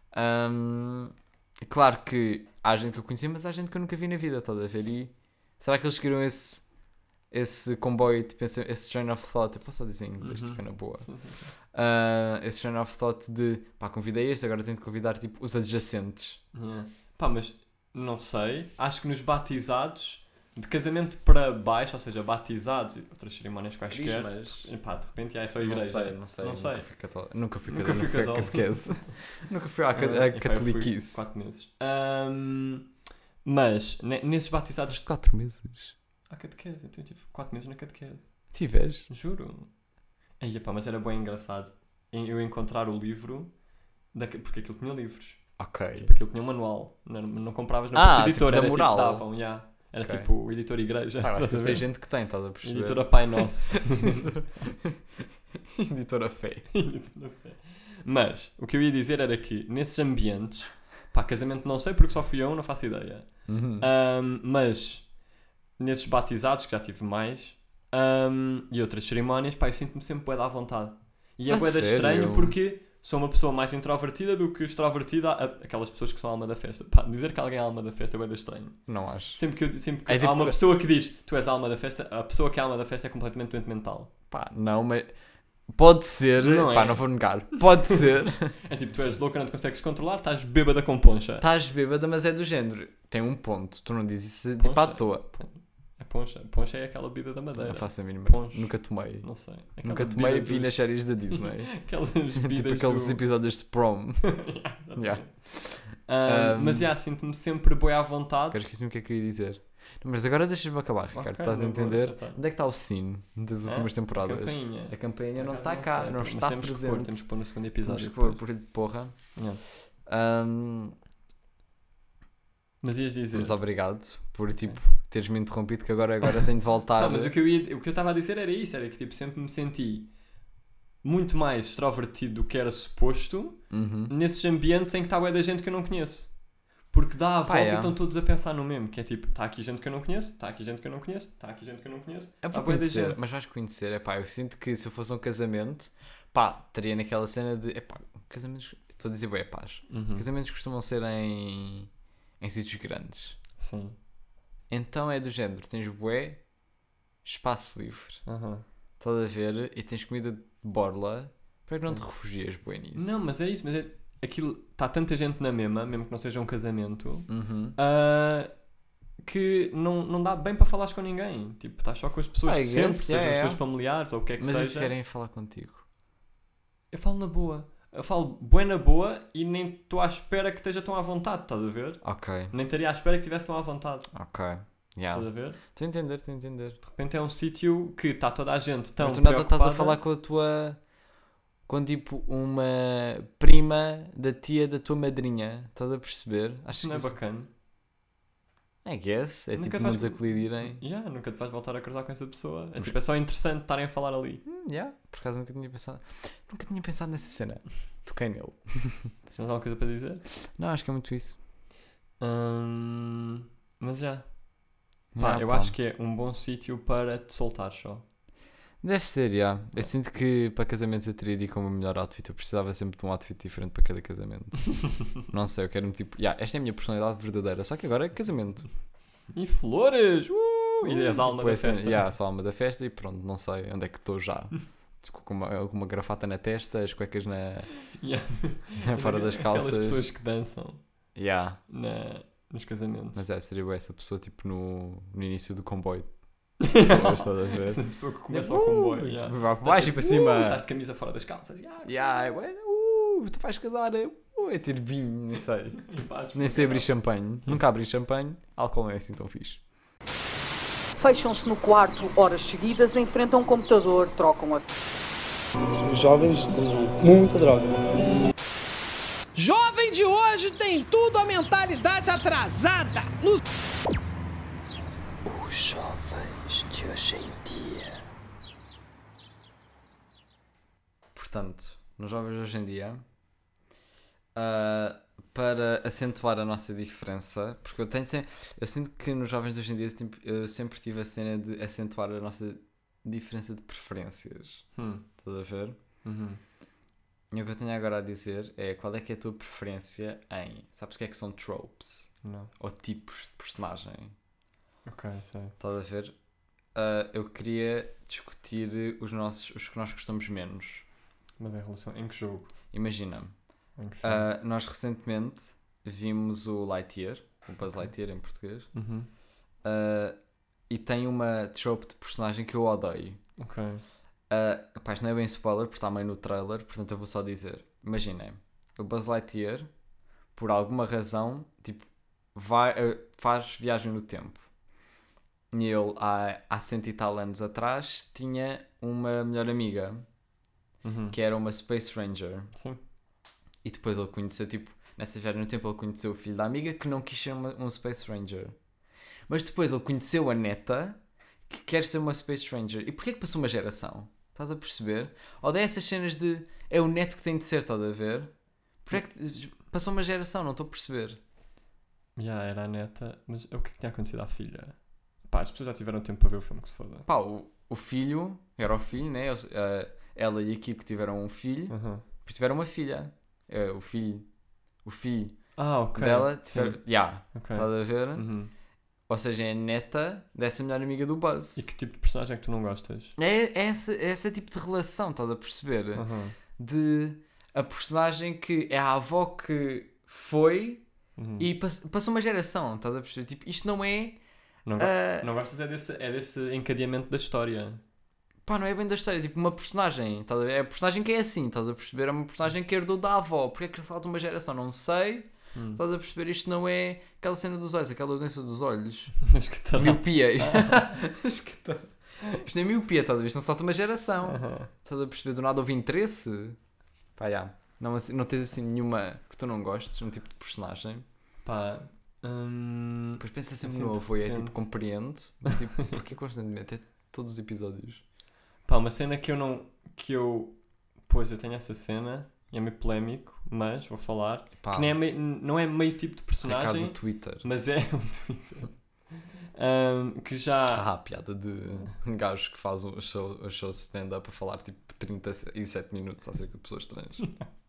Ahm, claro que há gente que eu conhecia, mas há gente que eu nunca vi na vida, estás a ver? E será que eles seguiram esse, esse comboio, tipo, esse, esse train of thought? Eu posso só dizer em inglês, Uhum. tipo, é na boa. Sim, sim, sim. Ah, esse train of thought de, pá, convidei este, agora tenho de convidar, tipo, os adjacentes. Yeah. Pá, mas não sei. Acho que nos batizados, de casamento para baixo, ou seja, batizados e outras cerimónias quaisquer, Crismas. e pá, de repente já é só Não igreja. sei, não sei, Não nunca sei. fui católico. Nunca fui Nunca católico, fui nunca fui a católico. catequese. Nunca fui à, ca- Ah, à e pá, eu fui catoliquice. quatro meses. Ahm, mas, ne- nesses batizados... Foste quatro meses. Ah, catequese. Então eu tive quatro meses na catequese. Tiveste? Juro. Aí, pá, mas era bem engraçado em eu encontrar o livro, da... porque aquilo tinha livros. Ok. Tipo, aquilo tinha um manual. Não, não compravas na Ah, própria tipo editora, da era moral. tipo, davam, yeah. Era Ok. tipo o editor igreja. Pá, eu acho que estás a sei ver? gente que tem, estás a perceber? Editora Pai Nosso. Editora Fé. Editora Fé. Mas, o que eu ia dizer era que, nesses ambientes, pá, casamento não sei porque só fui eu, não faço ideia. Uhum. Ahm, mas, nesses batizados, que já tive mais, ahm, e outras cerimónias, pá, eu sinto-me sempre bué à vontade. E é A bué da sério? estranho porque sou uma pessoa mais introvertida do que extrovertida, a- aquelas pessoas que são a alma da festa. Pá, dizer que alguém é a alma da festa é bué da estranho. Não acho. Sempre que, eu, sempre que É tipo há uma que- pessoa que diz tu és a alma da festa, a pessoa que é a alma da festa é completamente doente mental. Pá, não, mas... Pode ser. Não Pá, é. não vou negar. Pode ser. É tipo, tu és louca, não te consegues controlar, estás bêbada com poncha. Estás bêbada, mas é do género. Tem um ponto. Tu não dizes isso tipo à Poncha? toa. É poncha. Poncha é aquela bebida da madeira. Não faço a mínima. Poncho. Nunca tomei. Não sei. Aquela Nunca bebida tomei e vi dos- nas séries da Disney. Aquelas tipo bebidas aqueles do... episódios de prom. Yeah, Yeah. Ah, Um, mas já, sinto-me sempre boi à vontade. Agora esqueci-me o que é que eu ia dizer. Não, mas agora deixa-me acabar, Ricardo. Ok, Estás a não vou entender? deixar estar. Onde é que está o sino das Hã? últimas temporadas? Campainha. A campainha não Por está acaso cá, sei, não mas está temos que pôr, presente. temos que pôr no segundo Temos episódio. que pôr depois. por de porra. Yeah. Ahm, Mas ias dizer... mas obrigado por tipo, teres-me interrompido, que agora, agora tenho de voltar. Não, mas o que eu ia- o que eu estava a dizer era isso, era que tipo, sempre me senti muito mais extrovertido do que era suposto Uhum. nesses ambientes em que está bué da gente que eu não conheço. Porque dá a Pá, volta é. e estão todos a pensar no mesmo, que é tipo, está aqui gente que eu não conheço, está aqui gente que eu não conheço, está aqui gente que eu não conheço. É há para bué da conhecer, gente. mas vais conhecer, é pá, eu sinto que se eu fosse um casamento, pá, teria naquela cena de, é pá, casamentos, estou a dizer bem, paz, Uhum. casamentos costumam ser em, em sítios grandes, Sim. então é do género, tens bué, espaço livre, Aham. estás a ver, e tens comida de borla, para que não te refugias bué nisso? Não, mas é isso, mas é aquilo, está tanta gente na mesma, mesmo que não seja um casamento, Uhum. ah, que não, não dá bem para falares com ninguém. Tipo, estás só com as pessoas Ah, I de sempre, guess, sejam yeah, os yeah. teus familiares ou o que é que Mas e se seja. querem falar contigo? Eu falo na boa. Eu falo bué na boa e nem estou à espera que esteja tão à vontade, estás a ver? Ok, Nem estaria à espera que estivesse tão à vontade, ok, estás yeah. a ver? Estou a entender, estou a entender. De repente é um sítio que está toda a gente tão Mas tu nada estás a preocupada. falar com a tua. Com tipo uma prima da tia da tua madrinha. Estás a perceber? Acho Não é que isso- bacana. I guess. É Nunca tipo te não vais- desacolidirem. Yeah, nunca te vais voltar a cruzar com essa pessoa. É tipo, é só interessante estarem a falar ali. Hum, yeah, por acaso nunca tinha pensado. Nunca tinha pensado nessa cena. Toquei nele. Tens mais alguma coisa para dizer? Não, acho que é muito isso. Hum, mas já. Pá, Yeah, eu pá. acho que é um bom sítio para te soltar só. Deve ser, já. Eu sinto que para casamentos eu teria de ir com o meu melhor outfit. Eu precisava sempre de um outfit diferente para cada casamento. Não sei, eu quero-me tipo. Yeah, esta é a minha personalidade verdadeira. Só que agora é casamento. E flores! Uh! E és a alma Tipo, da essa- festa. yeah, sou a alma da festa e pronto, não sei onde é que estou já. Tipo, com uma, com uma gravata na testa, as cuecas na, Yeah. fora das calças. Aquelas pessoas que dançam Yeah. na, nos casamentos. Mas é, seria boa essa pessoa tipo no, no início do comboio. Pessoas, estás a ver? A pessoa que começa ao comboio. Uh, yeah. tipo, vai para Estás baixo e tipo, para cima. Uh, estás de camisa fora das calças. Yeah, Yeah, ué, uh, tu vais casar. Uh, é ter vinho, nem sei. E bates Nem por sei cá. abrir champanhe. Nunca abri champanhe. Álcool não é assim tão fixe. Fecham-se no quarto horas seguidas, enfrentam um computador, trocam a... Os jovens usam muita droga. Jovem de hoje tem tudo a mentalidade atrasada. Nos... Os jovens de hoje em dia. Portanto, nos jovens de hoje em dia, ah, para acentuar a nossa diferença, porque eu tenho sempre, eu sinto que nos jovens de hoje em dia tipo, eu sempre tive a cena de acentuar a nossa diferença de preferências. Hum. Estás a ver? Uhum. E o que eu tenho agora a dizer é qual é que é a tua preferência em. Sabes o que é que são tropes? Não. Ou tipos de personagem? Ok, sei. Estás a ver? Ah, eu queria discutir os, nossos, os que nós gostamos menos. Mas em relação... Em que jogo? Imagina, Em que filme? ah, nós recentemente vimos o Lightyear, o Buzz Lightyear em português, Uhum. ah, e tem uma trope de personagem que eu odeio. Ok. Uh, pá, isto não é bem spoiler porque está meio no trailer, portanto eu vou só dizer. Imaginem, o Buzz Lightyear, por alguma razão, tipo, vai, uh, faz viagem no tempo. E ele, há, há cento e tal anos atrás, tinha uma melhor amiga, Uhum. que era uma Space Ranger. Sim. E depois ele conheceu, tipo, nessa viagem no tempo ele conheceu o filho da amiga que não quis ser uma, um Space Ranger. Mas depois ele conheceu a neta que quer ser uma Space Ranger. E porquê que passou uma geração? Estás a perceber? Odeio essas cenas de é o neto que tem de ser, estás a ver? Porquê que passou uma geração? Não estou a perceber. Já era a neta, mas o que é que tinha acontecido à filha? Pá, as pessoas já tiveram tempo para ver o filme, que se foda. Pá, o, o filho, era o filho, né? Eles, uh, ela e a Kiko tiveram um filho, Uhum. depois tiveram uma filha. Uh, o filho, o filho Ah, ok. dela, Sim. tiveram, yeah, Ok. estás a ver? Uhum. Ou seja, é a neta dessa melhor amiga do Buzz. E que tipo de personagem é que tu não gostas? É, é, esse, é esse tipo de relação, estás a perceber? Uhum. De a personagem que é a avó que foi Uhum. e pass- passou uma geração, estás a perceber? Tipo, isto não é. Não, go- ah, não gostas é desse, é desse encadeamento da história. Pá, não é bem da história, é tipo uma personagem, estás a ver? É a personagem que é assim, estás a perceber? É uma personagem que herdou da avó. Porquê é que falta uma geração? Não sei. Hum. Estás a perceber? Isto não é aquela cena dos olhos, aquela doença dos olhos. Mas que tal? Miopia. Acho que tá. Isto não é miopia, estás a ver? Isto não salta uma geração. Uhum. Estás a perceber? Do nada houve interesse. Pá, já. Não, assim- não tens assim nenhuma que tu não gostes, um tipo de personagem. Pá. hum, Depois pensa sempre Assim, no de avô e é repente. tipo, compreendo. Mas tipo, porquê constantemente? É todos os episódios. Pá, uma cena que eu não. Que eu. Pois, eu tenho essa cena. E é meio polémico, mas vou falar. Pá, Que nem é meio, não é meio tipo de recado personagem, do Twitter. mas é um Twitter. Hum, que já. Ah, a piada de um gajo que faz um show, um show de stand-up a falar tipo trinta e sete minutos acerca de pessoas trans.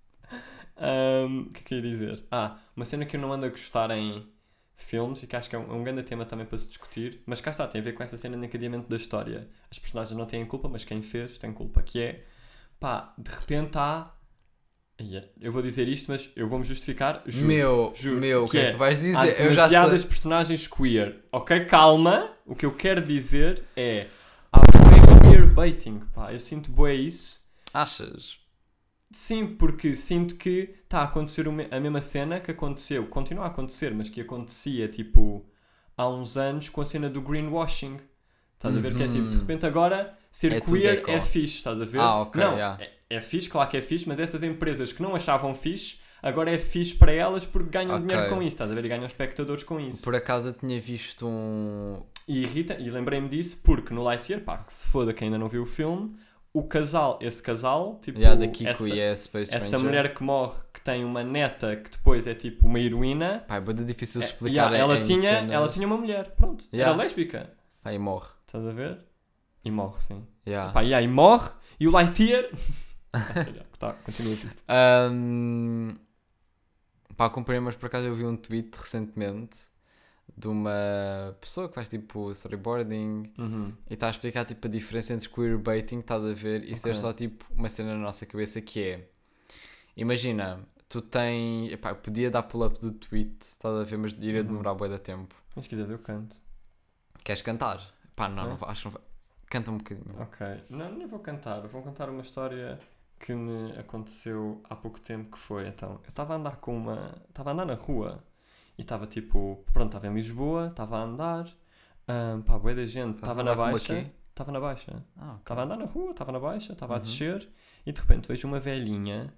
hum, O que é que eu ia dizer? Ah, uma cena que eu não ando a gostar em filmes e que acho que é um, é um grande tema também para se discutir, mas cá está, tem a ver com essa cena de encadeamento da história. As personagens não têm culpa, mas quem fez tem culpa, que é, pá, de repente há... Ia, eu vou dizer isto, mas eu vou-me justificar, juro, meu, juro, meu, o que é que tu vais há dizer? Eu já demasiadas sei. personagens queer. Ok, calma, o que eu quero dizer é, há bué queer baiting, pá, eu sinto bué isso. Achas? Sim, porque sinto que está a acontecer o me- a mesma cena que aconteceu, continua a acontecer, mas que acontecia tipo há uns anos com a cena do greenwashing. Estás a ver que é tipo, de Uhum. repente agora ser É tudo queer eco. é fixe, estás a ver? Ah, ok, não, yeah. é, é fixe, claro que é fixe, mas essas empresas que não achavam fixe, agora é fixe para elas porque ganham Ok. dinheiro com isso, estás a ver? E ganham espectadores com isso. Por acaso eu tinha visto um... E irrita, e lembrei-me disso porque no Lightyear, pá, que se foda quem ainda não viu o filme, o casal, esse casal, tipo, Yeah, da Kiko essa, e a Space essa Ranger. mulher que morre, que tem uma neta que depois é tipo uma heroína. Pá, é bem difícil é, explicar yeah, ela, em tinha, cenas. ela tinha uma mulher, pronto, Yeah. era lésbica, Pá, e morre. estás a ver? E morre, sim. Yeah. Pá, yeah, e morre, e o Lightyear... tá, continua vivo. Um, pá, comprei, mas por acaso eu vi um tweet recentemente de uma pessoa que faz tipo storyboarding Uhum. e está a explicar tipo a diferença entre queerbaiting, estás a ver, e ser Ok. só tipo uma cena na nossa cabeça que é, imagina, tu tens, epá, eu podia dar pull-up do tweet, estás a ver, mas iria Uhum. demorar bué de tempo. Mas se quiseres eu canto. Queres cantar? Pá, não, É? não, vou- acho que não vai. Canta um bocadinho. Ok, não, nem vou cantar, vou contar uma história que me aconteceu há pouco tempo que foi, então, eu estava a andar com uma, estava a andar na rua e estava tipo, pronto, estava em Lisboa, estava a andar, um, pá, bué da gente, Estás estava a na andar como baixa, aqui? estava na baixa, Ah, ok. estava a andar na rua, estava na baixa, estava a Uhum. descer e de repente vejo uma velhinha,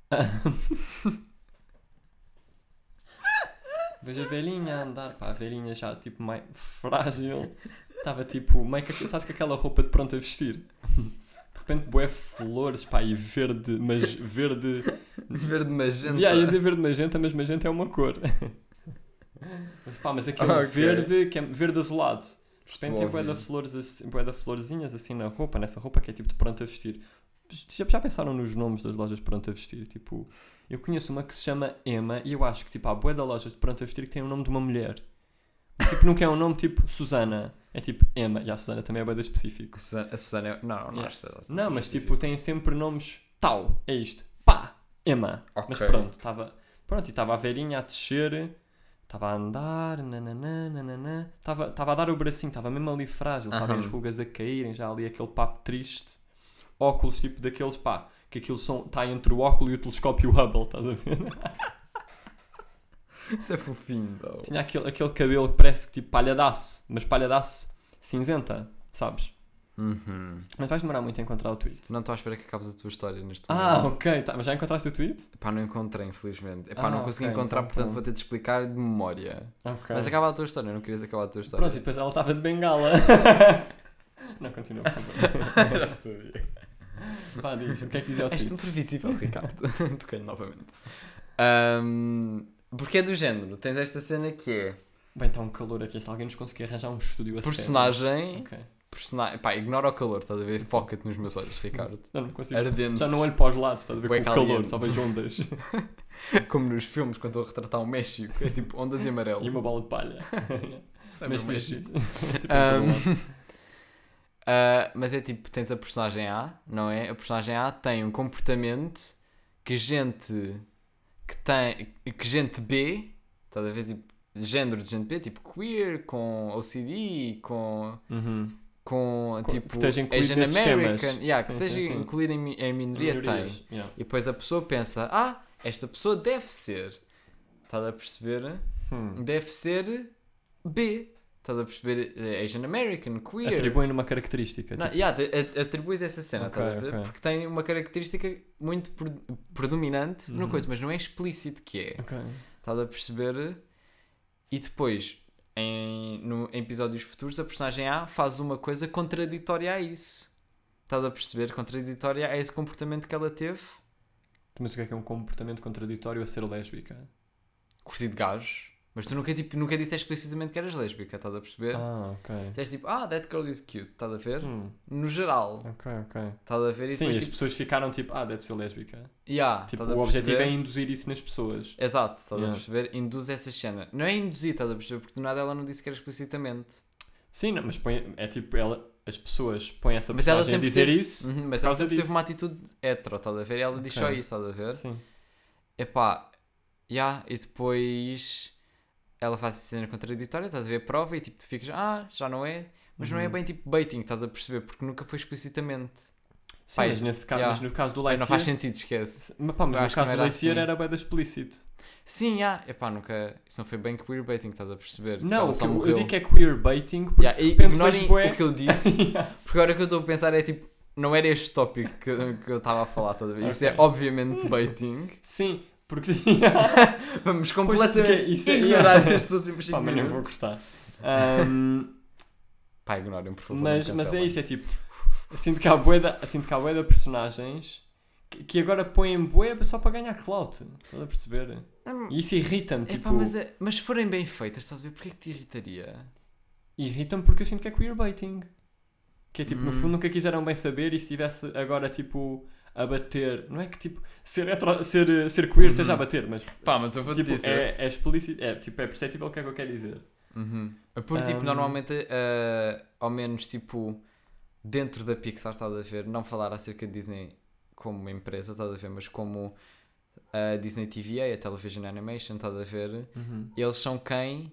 vejo a velhinha a andar, pá, a velhinha já tipo meio frágil, estava tipo, meio que, sabes que aquela roupa de pronto a vestir? De repente bué flores, pá, e verde, mas verde... Verde magenta. Yeah, ia dizer verde magenta, mas magenta é uma cor. Mas pá, mas aquele Ok. verde, que é verde azulado. De repente Estou a tem bué de ouvir. flores, assim, bué de florzinhas assim na roupa, nessa roupa que é tipo de pronto a vestir. Já, já pensaram nos nomes das lojas de pronto a vestir? Tipo, eu conheço uma que se chama Emma e eu acho que tipo há bué de lojas de pronto a vestir que tem o nome de uma mulher. Mas, tipo, nunca é um nome tipo Susana, é tipo Emma. E a Susana também é bué de específico. Susana- A Susana é... Não, não Yeah. acho que seja assim Não, tão mas específico. tipo, têm sempre nomes tal, é isto. Pá, Emma. Mas Ok. pronto, estava pronto, e estava a velhinha a descer, estava a andar, nananã, nananã, estava estava a dar o bracinho, estava mesmo ali frágil, sabem, Aham. as rugas a caírem, já ali aquele papo triste. Óculos tipo daqueles, pá, que aquilo está entre o óculo e o telescópio Hubble, estás a ver? Isso é fofinho, though. Tinha aquele, aquele cabelo que parece que tipo palhadaço, mas palhadaço cinzenta, sabes? Uhum. Mas vais demorar muito a encontrar o tweet. Não estou à espera que acabes a tua história neste Ah, momento. ok, tá, mas já encontraste o tweet? Epá, não encontrei, infelizmente. Epá, Ah, não consegui ok, encontrar, então portanto pronto. vou ter de explicar de memória. Ok. Mas acaba a tua história, não querias acabar a tua história. Pronto, e depois ela estava de bengala. Não, continua, por favor. Já sabia. Vá, diz, o que é que dizia o És tweet? tão previsível, Ricardo. Toquei novamente. Ahm, porque é do género. Tens esta cena que é Bem, está um calor aqui, se alguém nos conseguir arranjar um estúdio a sério. personagem... Ok. Persona... Pá, ignora o calor, estás a ver? Foca-te nos meus olhos, Ricardo. Já não consigo. Ardentes. Já não olho para os lados, estás a ver, Bué com o calor, caliente. só vejo ondas. Como nos filmes, quando estou a retratar o México. É tipo ondas e amarelo. E uma bola de palha. Isso é Mas mesmo diz, México. diz. Tipo, Ahm, em todo lado. ah, mas é tipo, tens a personagem A, não é? A personagem A tem um comportamento que gente que tem, que gente B, estás a ver, tipo, género de gente B, tipo queer, com O C D, com, Uhum. com, Com- tipo, que esteja incluído Asian nesses American, temas. yeah, Sim, que esteja sim, sim. incluído em, mi- em minoria, tem. Minorias, yeah. E depois a pessoa pensa, ah, esta pessoa deve ser, estás a perceber? Hum. Deve ser B. Estás a perceber? Eh, Asian American, queer. Atribuem uma característica. Não, tipo, yeah, te- a- atribuis essa cena, Ok, estás a ver? ok. Porque tem uma característica muito pre- predominante no Uhum. coisa, mas não é explícito que é. ok. Estás a perceber? E depois, em, no, em episódios futuros, a personagem A faz uma coisa contraditória a isso. Estás a perceber? Contraditória a esse comportamento que ela teve. Mas o que é que é um comportamento contraditório a ser lésbica? Curtir de gajos. Mas tu nunca, tipo, nunca disseste explicitamente que eras lésbica, estás a perceber? Ah, ok. Tens tipo, ah, that girl is cute, estás a ver? Hum, No geral, ok, ok. estás a ver? E Sim, depois, as tipo, pessoas ficaram tipo, ah, deve ser lésbica. yeah, Tipo, estás a o objetivo perceber? é induzir isso nas pessoas. Exato, estás Yeah. a perceber? Induz essa cena. Não é induzir, estás a perceber? Porque do nada ela não disse que era explicitamente. Sim, não, mas põe, é tipo, ela, as pessoas põem essa Mas ela personagem a sempre dizer teve- isso. Uhum, mas por ela causa sempre teve disso. uma atitude hetero, estás a ver? E ela diz Ok. só isso, estás a ver? Sim. Epá, yeah, e depois ela faz essa cena contraditória, estás a ver a prova e tipo tu ficas, ah, já não é. Mas não é Uhum. bem tipo baiting, estás a perceber? Porque nunca foi explicitamente. Sim, Pá, mas, nesse caso, yeah. mas no caso do Mas Lightyear... não faz sentido, esquece. Mas, pá, mas Eu no acho que caso não do era Lightyear assim. era bem explícito. Sim, yeah. Epá, nunca. Isso não foi bem queerbaiting, estás a perceber? Tipo, Não, ela o só que eu, eu morreu. digo que é queerbaiting porque Yeah, de e repente ignorem vejo bué- o que eu disse, Yeah. porque agora o que eu estou a pensar é tipo, não era este tópico que, que eu estava a falar, estás a ver? Isso é Ok. obviamente baiting. Sim, Porque... Vamos Pois, completamente porque isso é- ignorar as pessoas em Pá, cinco mas nem vou minutos. gostar. Ahm, Pá, ignorem, por favor. mas, não mas é cancelem. isso, é tipo... Sinto que há bué da, sinto que há bué de personagens que, que agora põem bué só para ganhar clout. Estás a perceber? Hum, E isso irrita-me, epá, tipo... mas, é- mas se forem bem feitas, estás a ver? Porquê que te irritaria? Irrita-me porque eu sinto que é queerbaiting. Que é tipo, no Hum. fundo nunca quiseram bem saber e se estivesse agora tipo a bater, não é que tipo ser, hetero, ser, ser queer Uhum. esteja a bater, mas Pá, mas eu vou-te tipo, dizer. é, é explícito, é, tipo, é perceptível o que é que eu quero dizer. Uhum. Porque, tipo, Um, normalmente, uh, ao menos, tipo, dentro da Pixar, estás a ver, não falar acerca de Disney como uma empresa, estás a ver, mas como a Disney T V A, a Television Animation, estás a ver, Uhum. eles são quem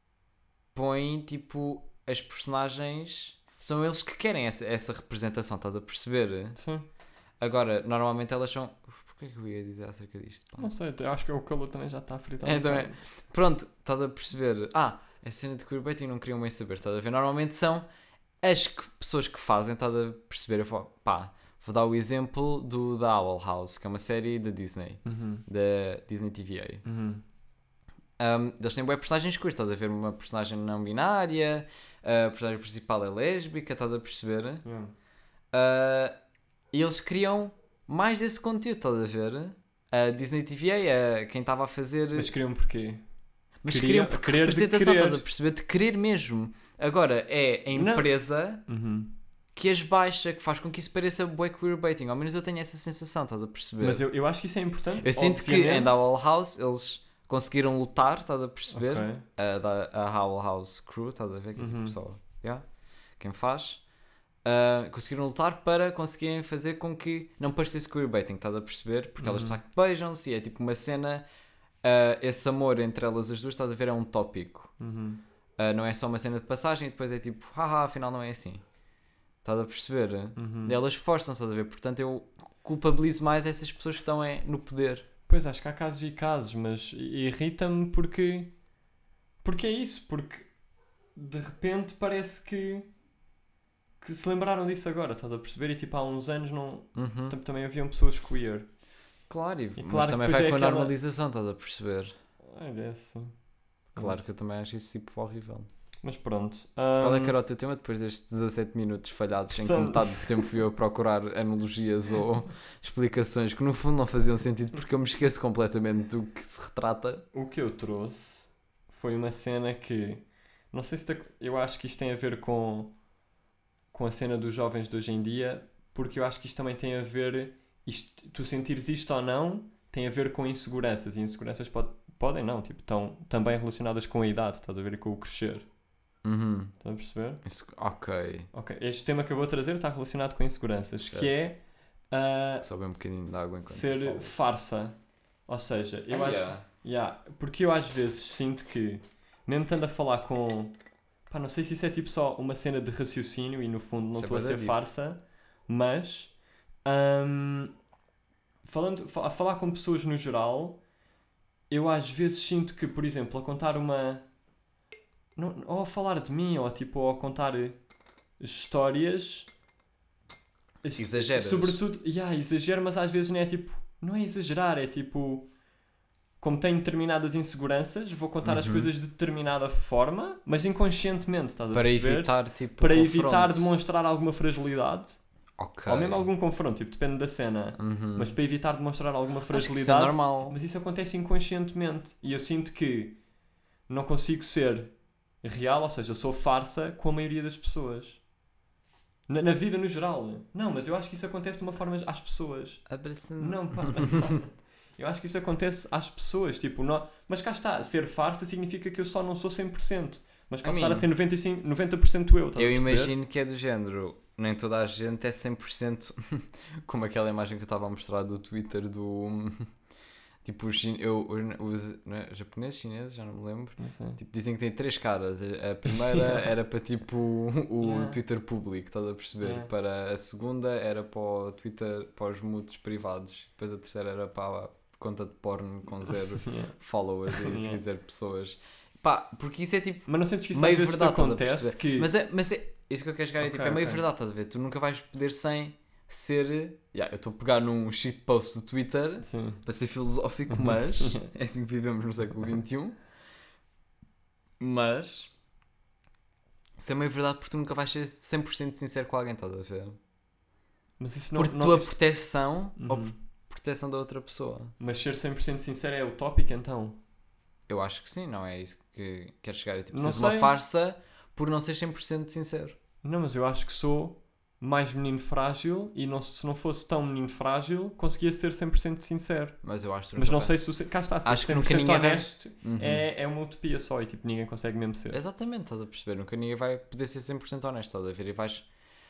põe, tipo, as personagens, são eles que querem essa, essa representação, estás a perceber? Sim, Agora, normalmente elas são... Porquê que eu ia dizer acerca disto? Pá? não sei, eu acho que o calor também já está a fritar. É, um também. bocado. Pronto, estás a perceber. Ah, a cena de queerbaiting não queriam bem saber, estás a ver? Normalmente são as que- pessoas que fazem, estás a perceber. Eu vou, pá, vou dar o exemplo do da Owl House, que é uma série da Disney, Uhum. da Disney T V A. Uhum. Um, eles têm boas personagens queer, estás a ver? Uma personagem não binária, a personagem principal é lésbica, estás a perceber? Yeah. Uh, e eles criam mais desse conteúdo, estás a ver? A Disney T V A é quem estava a fazer. Mas queriam porquê? Mas Queria- queriam porque querer de representação, querer. estás a perceber? De querer mesmo. Agora é a Não. empresa Uhum. que as baixa, que faz com que isso pareça bué queerbaiting. Ao menos eu tenho essa sensação, estás a perceber? Mas eu, eu acho que isso é importante. Eu sinto que obviamente. em The Owl House eles conseguiram lutar, estás a perceber? Ok. A, da, a Owl House Crew, estás a ver? Que é tipo Uhum. só, yeah? Quem faz? Uh, conseguiram lutar para conseguirem fazer com que não parecesse queerbaiting, estás a perceber? Porque elas Uhum. de facto beijam-se e é tipo uma cena. Uh, esse amor entre elas as duas, estás a ver? É um tópico. Uhum. Uh, não é só uma cena de passagem e depois é tipo, haha, afinal não é assim. Estás a perceber? Uhum. E elas forçam-se, estás a ver? Portanto, eu culpabilizo mais essas pessoas que estão é, no poder. Pois, acho que há casos e casos, mas irrita-me porque... Porque é isso, porque de repente parece que... que se lembraram disso agora, estás a perceber? E tipo, há uns anos não... Uhum. tam- também haviam pessoas queer. Claro, e, E mas claro que também depois vai é com a aquela- normalização, estás a perceber? É assim. Claro Mas- que eu também acho isso tipo horrível. Mas pronto. Qual é hum, que era o teu tema depois destes dezassete minutos falhados em que Portanto- metade do tempo fui eu a procurar analogias ou explicações que no fundo não faziam sentido porque eu me esqueço completamente do que se retrata? O que eu trouxe foi uma cena que... Não sei se... Te, eu acho que isto tem a ver com... com a cena dos jovens de hoje em dia, porque eu acho que isto também tem a ver... Isto, tu sentires isto ou não, tem a ver com inseguranças. E inseguranças pode, podem não, tipo, estão também relacionadas com a idade, estás a ver, e com o crescer. Uhum. Estás a perceber? Isso- ok. Ok, este tema que eu vou trazer está relacionado com inseguranças, que é ah, Só bem um bocadinho de água enquanto ser falo. farsa. Ou seja, eu Ah, acho... yeah. Yeah, porque eu às vezes sinto que, mesmo estando a falar com... Pá, não sei se isso é tipo só uma cena de raciocínio e no fundo não Isso é estou a bué ser da deep. farsa, mas... hum, falando, fa- a falar com pessoas no geral, eu às vezes sinto que, por exemplo, a contar uma... Não, ou a falar de mim, ou tipo, ou a contar histórias... Exageras. Sobretudo, yeah, exagero, mas às vezes não é tipo... Não é exagerar, é tipo... Como tenho determinadas inseguranças, vou contar as Uhum. coisas de determinada forma, mas inconscientemente, estás a Para perceber? evitar tipo Para o evitar confronto. demonstrar alguma fragilidade, Ok. ou mesmo algum confronto, tipo, depende da cena. Uhum. Mas para evitar demonstrar alguma Acho que isso é fragilidade, normal. mas isso acontece inconscientemente. E eu sinto que não consigo ser real, ou seja, sou farsa com a maioria das pessoas. Na, na vida no geral. Não, mas eu acho que isso acontece de uma forma às pessoas. Abraçando. Não, pá. Eu acho que isso acontece às pessoas, tipo, não... mas cá está, ser farsa significa que eu só não sou cem por cento, mas posso I estar mean, a ser noventa e cinco, noventa por cento eu, estás a Eu perceber? imagino que é do género, nem toda a gente é cem por cento como aquela imagem que eu estava a mostrar do Twitter do tipo os, chin- eu, os não é, japoneses, chineses, já não me lembro. Não sei. Tipo, dizem que tem três caras. A a primeira era para tipo o Yeah. Twitter público, estás a perceber? Yeah. Para a segunda era para o Twitter, para os mutos privados. Depois a terceira era para a conta de porno com zero Yeah. followers e Yeah. zero pessoas. Pá, porque isso é tipo Mas não sentes que isso meio às vezes te verdade, estás a acontece perceber? que... Mas é, mas é isso que eu quero chegar é, tipo, Ok, é meio ok. verdade, estás a ver? Tu nunca vais poder cem ser... Yeah, eu estou a pegar num shitpost do Twitter Sim. para ser filosófico, mas é assim que vivemos no século vinte e um. Mas isso é meio verdade porque tu nunca vais ser cem por cento sincero com alguém, estás a ver? Mas isso não... Por não tua isso... proteção Uhum. ou por proteção da outra pessoa. Mas ser cem por cento sincero é utópico, então? Eu acho que sim, não é isso que quero chegar. É tipo, Não seres uma sei. farsa por não ser cem por cento sincero. Não, mas eu acho que sou mais menino frágil e não, se não fosse tão menino frágil, conseguia ser cem por cento sincero. Mas eu acho que tu Mas nunca não vai- sei se... O... Cá está, ser Acho que cem por nunca cento ninguém vai- honesto Uhum. é, é uma utopia só e tipo, ninguém consegue mesmo ser. Exatamente, estás a perceber? Nunca ninguém vai poder ser cem por cento honesto, estás a ver? E vais...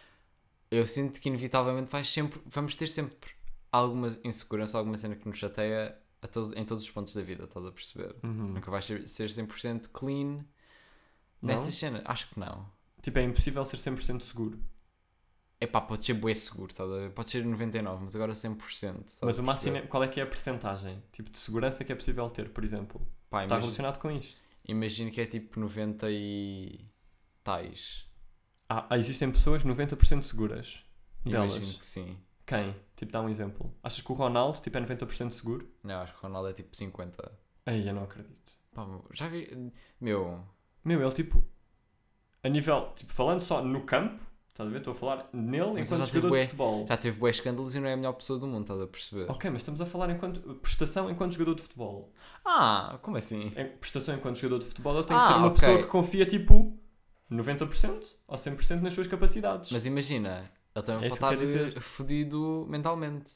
Eu sinto que inevitavelmente vais sempre... Vamos ter sempre alguma insegurança, alguma cena que nos chateia a todo... em todos os pontos da vida, estás a perceber? Uhum. Nunca vais ser ser cem por cento clean Não? nessas cenas. Acho que não. Tipo, é impossível ser cem por cento seguro. Epá, pode ser bué seguro, estás a ver? Pode ser noventa e nove por cento, mas agora cem por cento. estás Mas a o máximo, perceber? é... qual é que é a percentagem? Tipo, de segurança que é possível ter, por exemplo? Pá, Está imagina, relacionado com isto. imagina que é tipo noventa e tais. Ah, existem pessoas noventa por cento seguras delas. Imagino que sim. Quem? Tipo, dá um exemplo. Achas que o Ronaldo tipo, é noventa por cento seguro? Não, acho que o Ronaldo é tipo cinquenta. Aí, eu não acredito. Pá, já vi... Meu... Meu, ele tipo, a nível, tipo, falando só no campo, estás a ver? Estou a falar nele Mas enquanto já jogador teve bué- de futebol. Já teve bué escândalos e não é a melhor pessoa do mundo, estás a perceber? Ok, mas estamos a falar enquanto prestação enquanto jogador de futebol. Ah, como assim? Em prestação enquanto jogador de futebol, ele tem Ah, que ser uma ok. pessoa que confia tipo noventa por cento ou cem por cento nas suas capacidades. Mas imagina, ele também É pode isso que eu estar quero dizer. fodido mentalmente.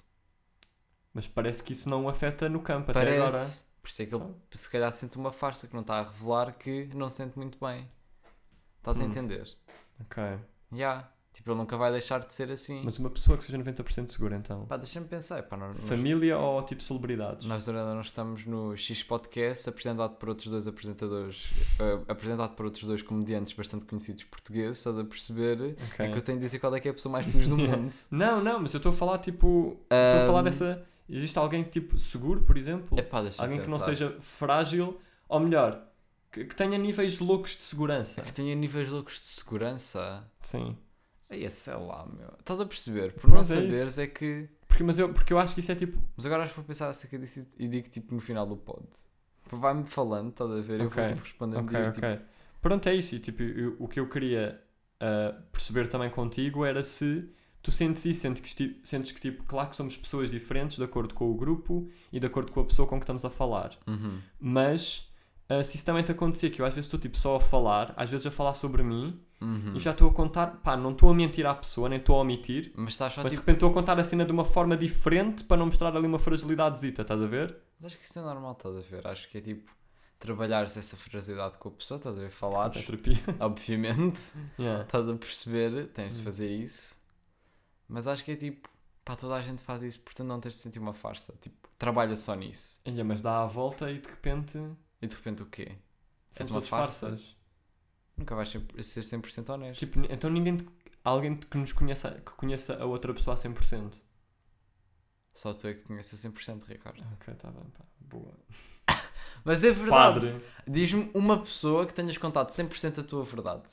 Mas parece que isso não o afeta no campo até Parece. Por isso é que ele Então. se calhar sente uma farsa que não está a revelar que não se sente muito bem. Estás a Hum. entender? agora. Ok. Já. Tipo, ele nunca vai deixar de ser assim. Mas uma pessoa que seja noventa por cento segura então. Pá, deixa-me pensar. Pá, nós, nós- Família ou tipo celebridades? Nós agora nós estamos no X Podcast, apresentado por outros dois apresentadores, eh, apresentado por outros dois comediantes bastante conhecidos portugueses, estás a perceber? Ok. É que eu tenho de dizer qual é que é a pessoa mais feliz do mundo. Não, não, mas eu estou a falar tipo. Estou a falar Ahm, dessa. Existe alguém tipo seguro, por exemplo? Epá, deixa-me Alguém que não pensar. seja frágil, ou melhor, que, que tenha níveis loucos de segurança. Que tenha níveis loucos de segurança. Sim. Aí, sei lá, meu. Estás a perceber? Por não Mas é saberes isso. é que... Porque, mas eu, porque eu acho que isso é tipo. Mas agora acho que vou pensar acerca disso e digo tipo no final do pod. Vai-me falando, estás a ver? Eu Ok, vou tipo respondendo. Ok, digo, ok. Pronto, é isso. E, tipo, eu- o que eu queria ah, perceber também contigo era se tu sentes isso, sentes que, esti- sentes que, tipo, claro que somos pessoas diferentes de acordo com o grupo e de acordo com a pessoa com que estamos a falar. Tipo, uhum. Mas ah, se isso também te acontecer, que eu às vezes estou tipo só a falar, às vezes a falar sobre mim Uhum. e já estou a contar, pá, não estou a mentir à pessoa, nem estou a omitir, Mas estás só mas de tipo... repente estou a contar a cena de uma forma diferente para não mostrar ali uma fragilidadezita, estás a ver? Mas acho que isso é normal, estás a ver? Acho que é tipo trabalhares essa fragilidade com a pessoa, estás a ver? Falares, É terapia. obviamente, Yeah. estás a perceber, tens de Hum. fazer isso. Mas acho que é tipo, pá, toda a gente faz isso, portanto não tens de sentir uma farsa. Tipo, trabalha só nisso. Olha, mas dá a volta e de repente E de repente o quê? são És uma todos farsa? farsas. Nunca vais ser, ser cem por cento honesto. Tipo, então ninguém, te- alguém que nos conheça, que conheça a outra pessoa a cem por cento. Só tu é que te conheces a cem por cento, Ricardo. Ok, tá bem, pá, boa. Mas é verdade. Padre. Diz-me uma pessoa que tenhas contado cem por cento a tua verdade.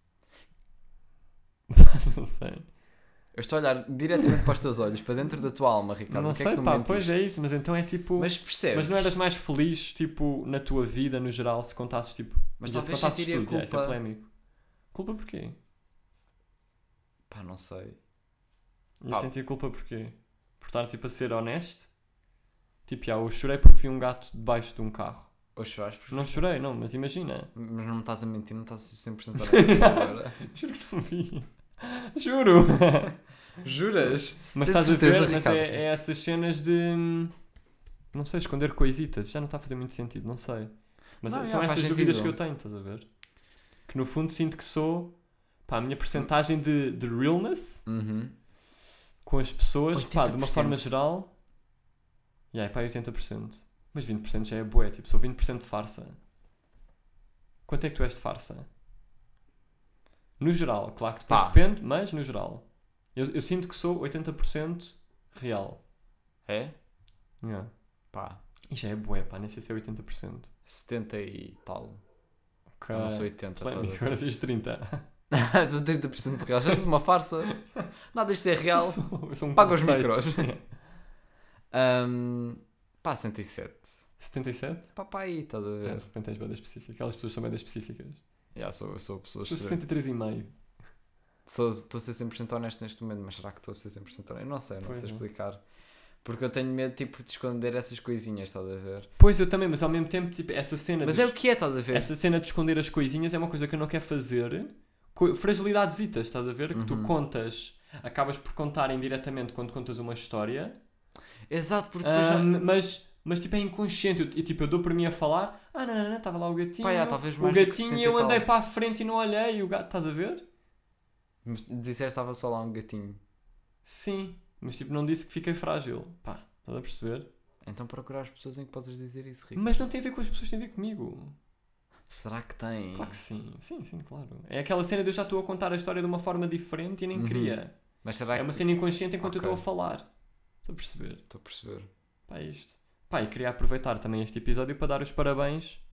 Não sei. Eu estou a olhar diretamente para os teus olhos, para dentro da tua alma, Ricardo. Não o que sei, é que tu pá, mentiste? pois é isso, mas então é tipo... Mas percebes? Mas não eras mais feliz, tipo, na tua vida, no geral, se contasses, tipo... Mas ia, se talvez contasses sentiria tudo, já, isso é culpa. polémico. Culpa porquê? Pá, não sei. Ia Pá. sentir culpa porquê? Por estar, tipo, a ser honesto? Tipo, já, eu chorei porque vi um gato debaixo de um carro. Ou choras porque... Não chorei, não, mas imagina. Mas não me estás a mentir, não estás a ser cem por cento honesto agora. Juro que não vi. Juro! Juras? Mas Tens estás a certeza, ver, mas Ricardo? é, é essas cenas de... hum, Não sei, esconder coisitas. Já não está a fazer muito sentido, não sei. Mas Não, são já, faz estas dúvidas sentido. que eu tenho, estás a ver? Que no fundo sinto que sou... Pá, a minha percentagem de, de realness Uhum. com as pessoas, pá, de uma oitenta por cento. forma geral... Yeah, é pá, oitenta por cento. Mas vinte por cento já é bué, tipo, sou vinte por cento de farsa. Quanto é que tu és de farsa? No geral, claro que depois Pá. depende, mas no geral. Eu, eu sinto que sou oitenta por cento real. É? Yeah. Pá, E já é bué, pá, nem sei se é oitenta por cento. setenta e tal. Ok. Eu não sou oitenta. estás a Polémico, ver? agora seis trinta. trinta por cento de real, já é uma farsa. Nada disto é real. Eu sou, eu sou um Paga os conceito. micros. um, pá, cento e sete. setenta e sete? Pá, pá, aí, estás a É, ver? de repente és bem específica. Aquelas pessoas são bem específicas. Já, sou, sou pessoas. Sou sessenta e três vírgula cinco. Estou a ser cem por cento honesto neste momento, mas será que estou a ser cem por cento honesto? Eu não sei, não Pois sei não. explicar. Porque eu tenho medo, tipo, de esconder essas coisinhas, estás a ver? Pois, eu também, mas ao mesmo tempo, tipo, essa cena... Mas de, é o que é, estás a ver? Essa cena de esconder as coisinhas é uma coisa que eu não quero fazer. Co- Fragilidadesitas, estás a ver? Que tu Uhum. contas... Acabas por contar indiretamente quando contas uma história. Exato, porque depois já... Ahm, mas, mas, tipo, é inconsciente. Eu, e, tipo, eu dou por mim a falar... Ah, não, não, não, estava lá o gatinho. Pá, já, talvez o mais do que gatinho setenta e e eu andei tal. para a frente e não olhei. E o gato, estás a ver? Mas disseste que estava só lá um gatinho. Sim. Mas, tipo, não disse que fiquei frágil. Pá, estás a perceber? Então procurar as pessoas em que possas dizer isso, Rico. Mas não tem a ver com as pessoas, tem a ver comigo. Será que tem? Claro que sim. Sim, sim, claro. É aquela cena de eu já estou a contar a história de uma forma diferente e nem Uhum. queria. Mas será É que... uma cena inconsciente enquanto Ok. eu estou a falar. Estou a perceber? Estou a perceber. Pá, é isto. Pá, e queria aproveitar também este episódio para dar os parabéns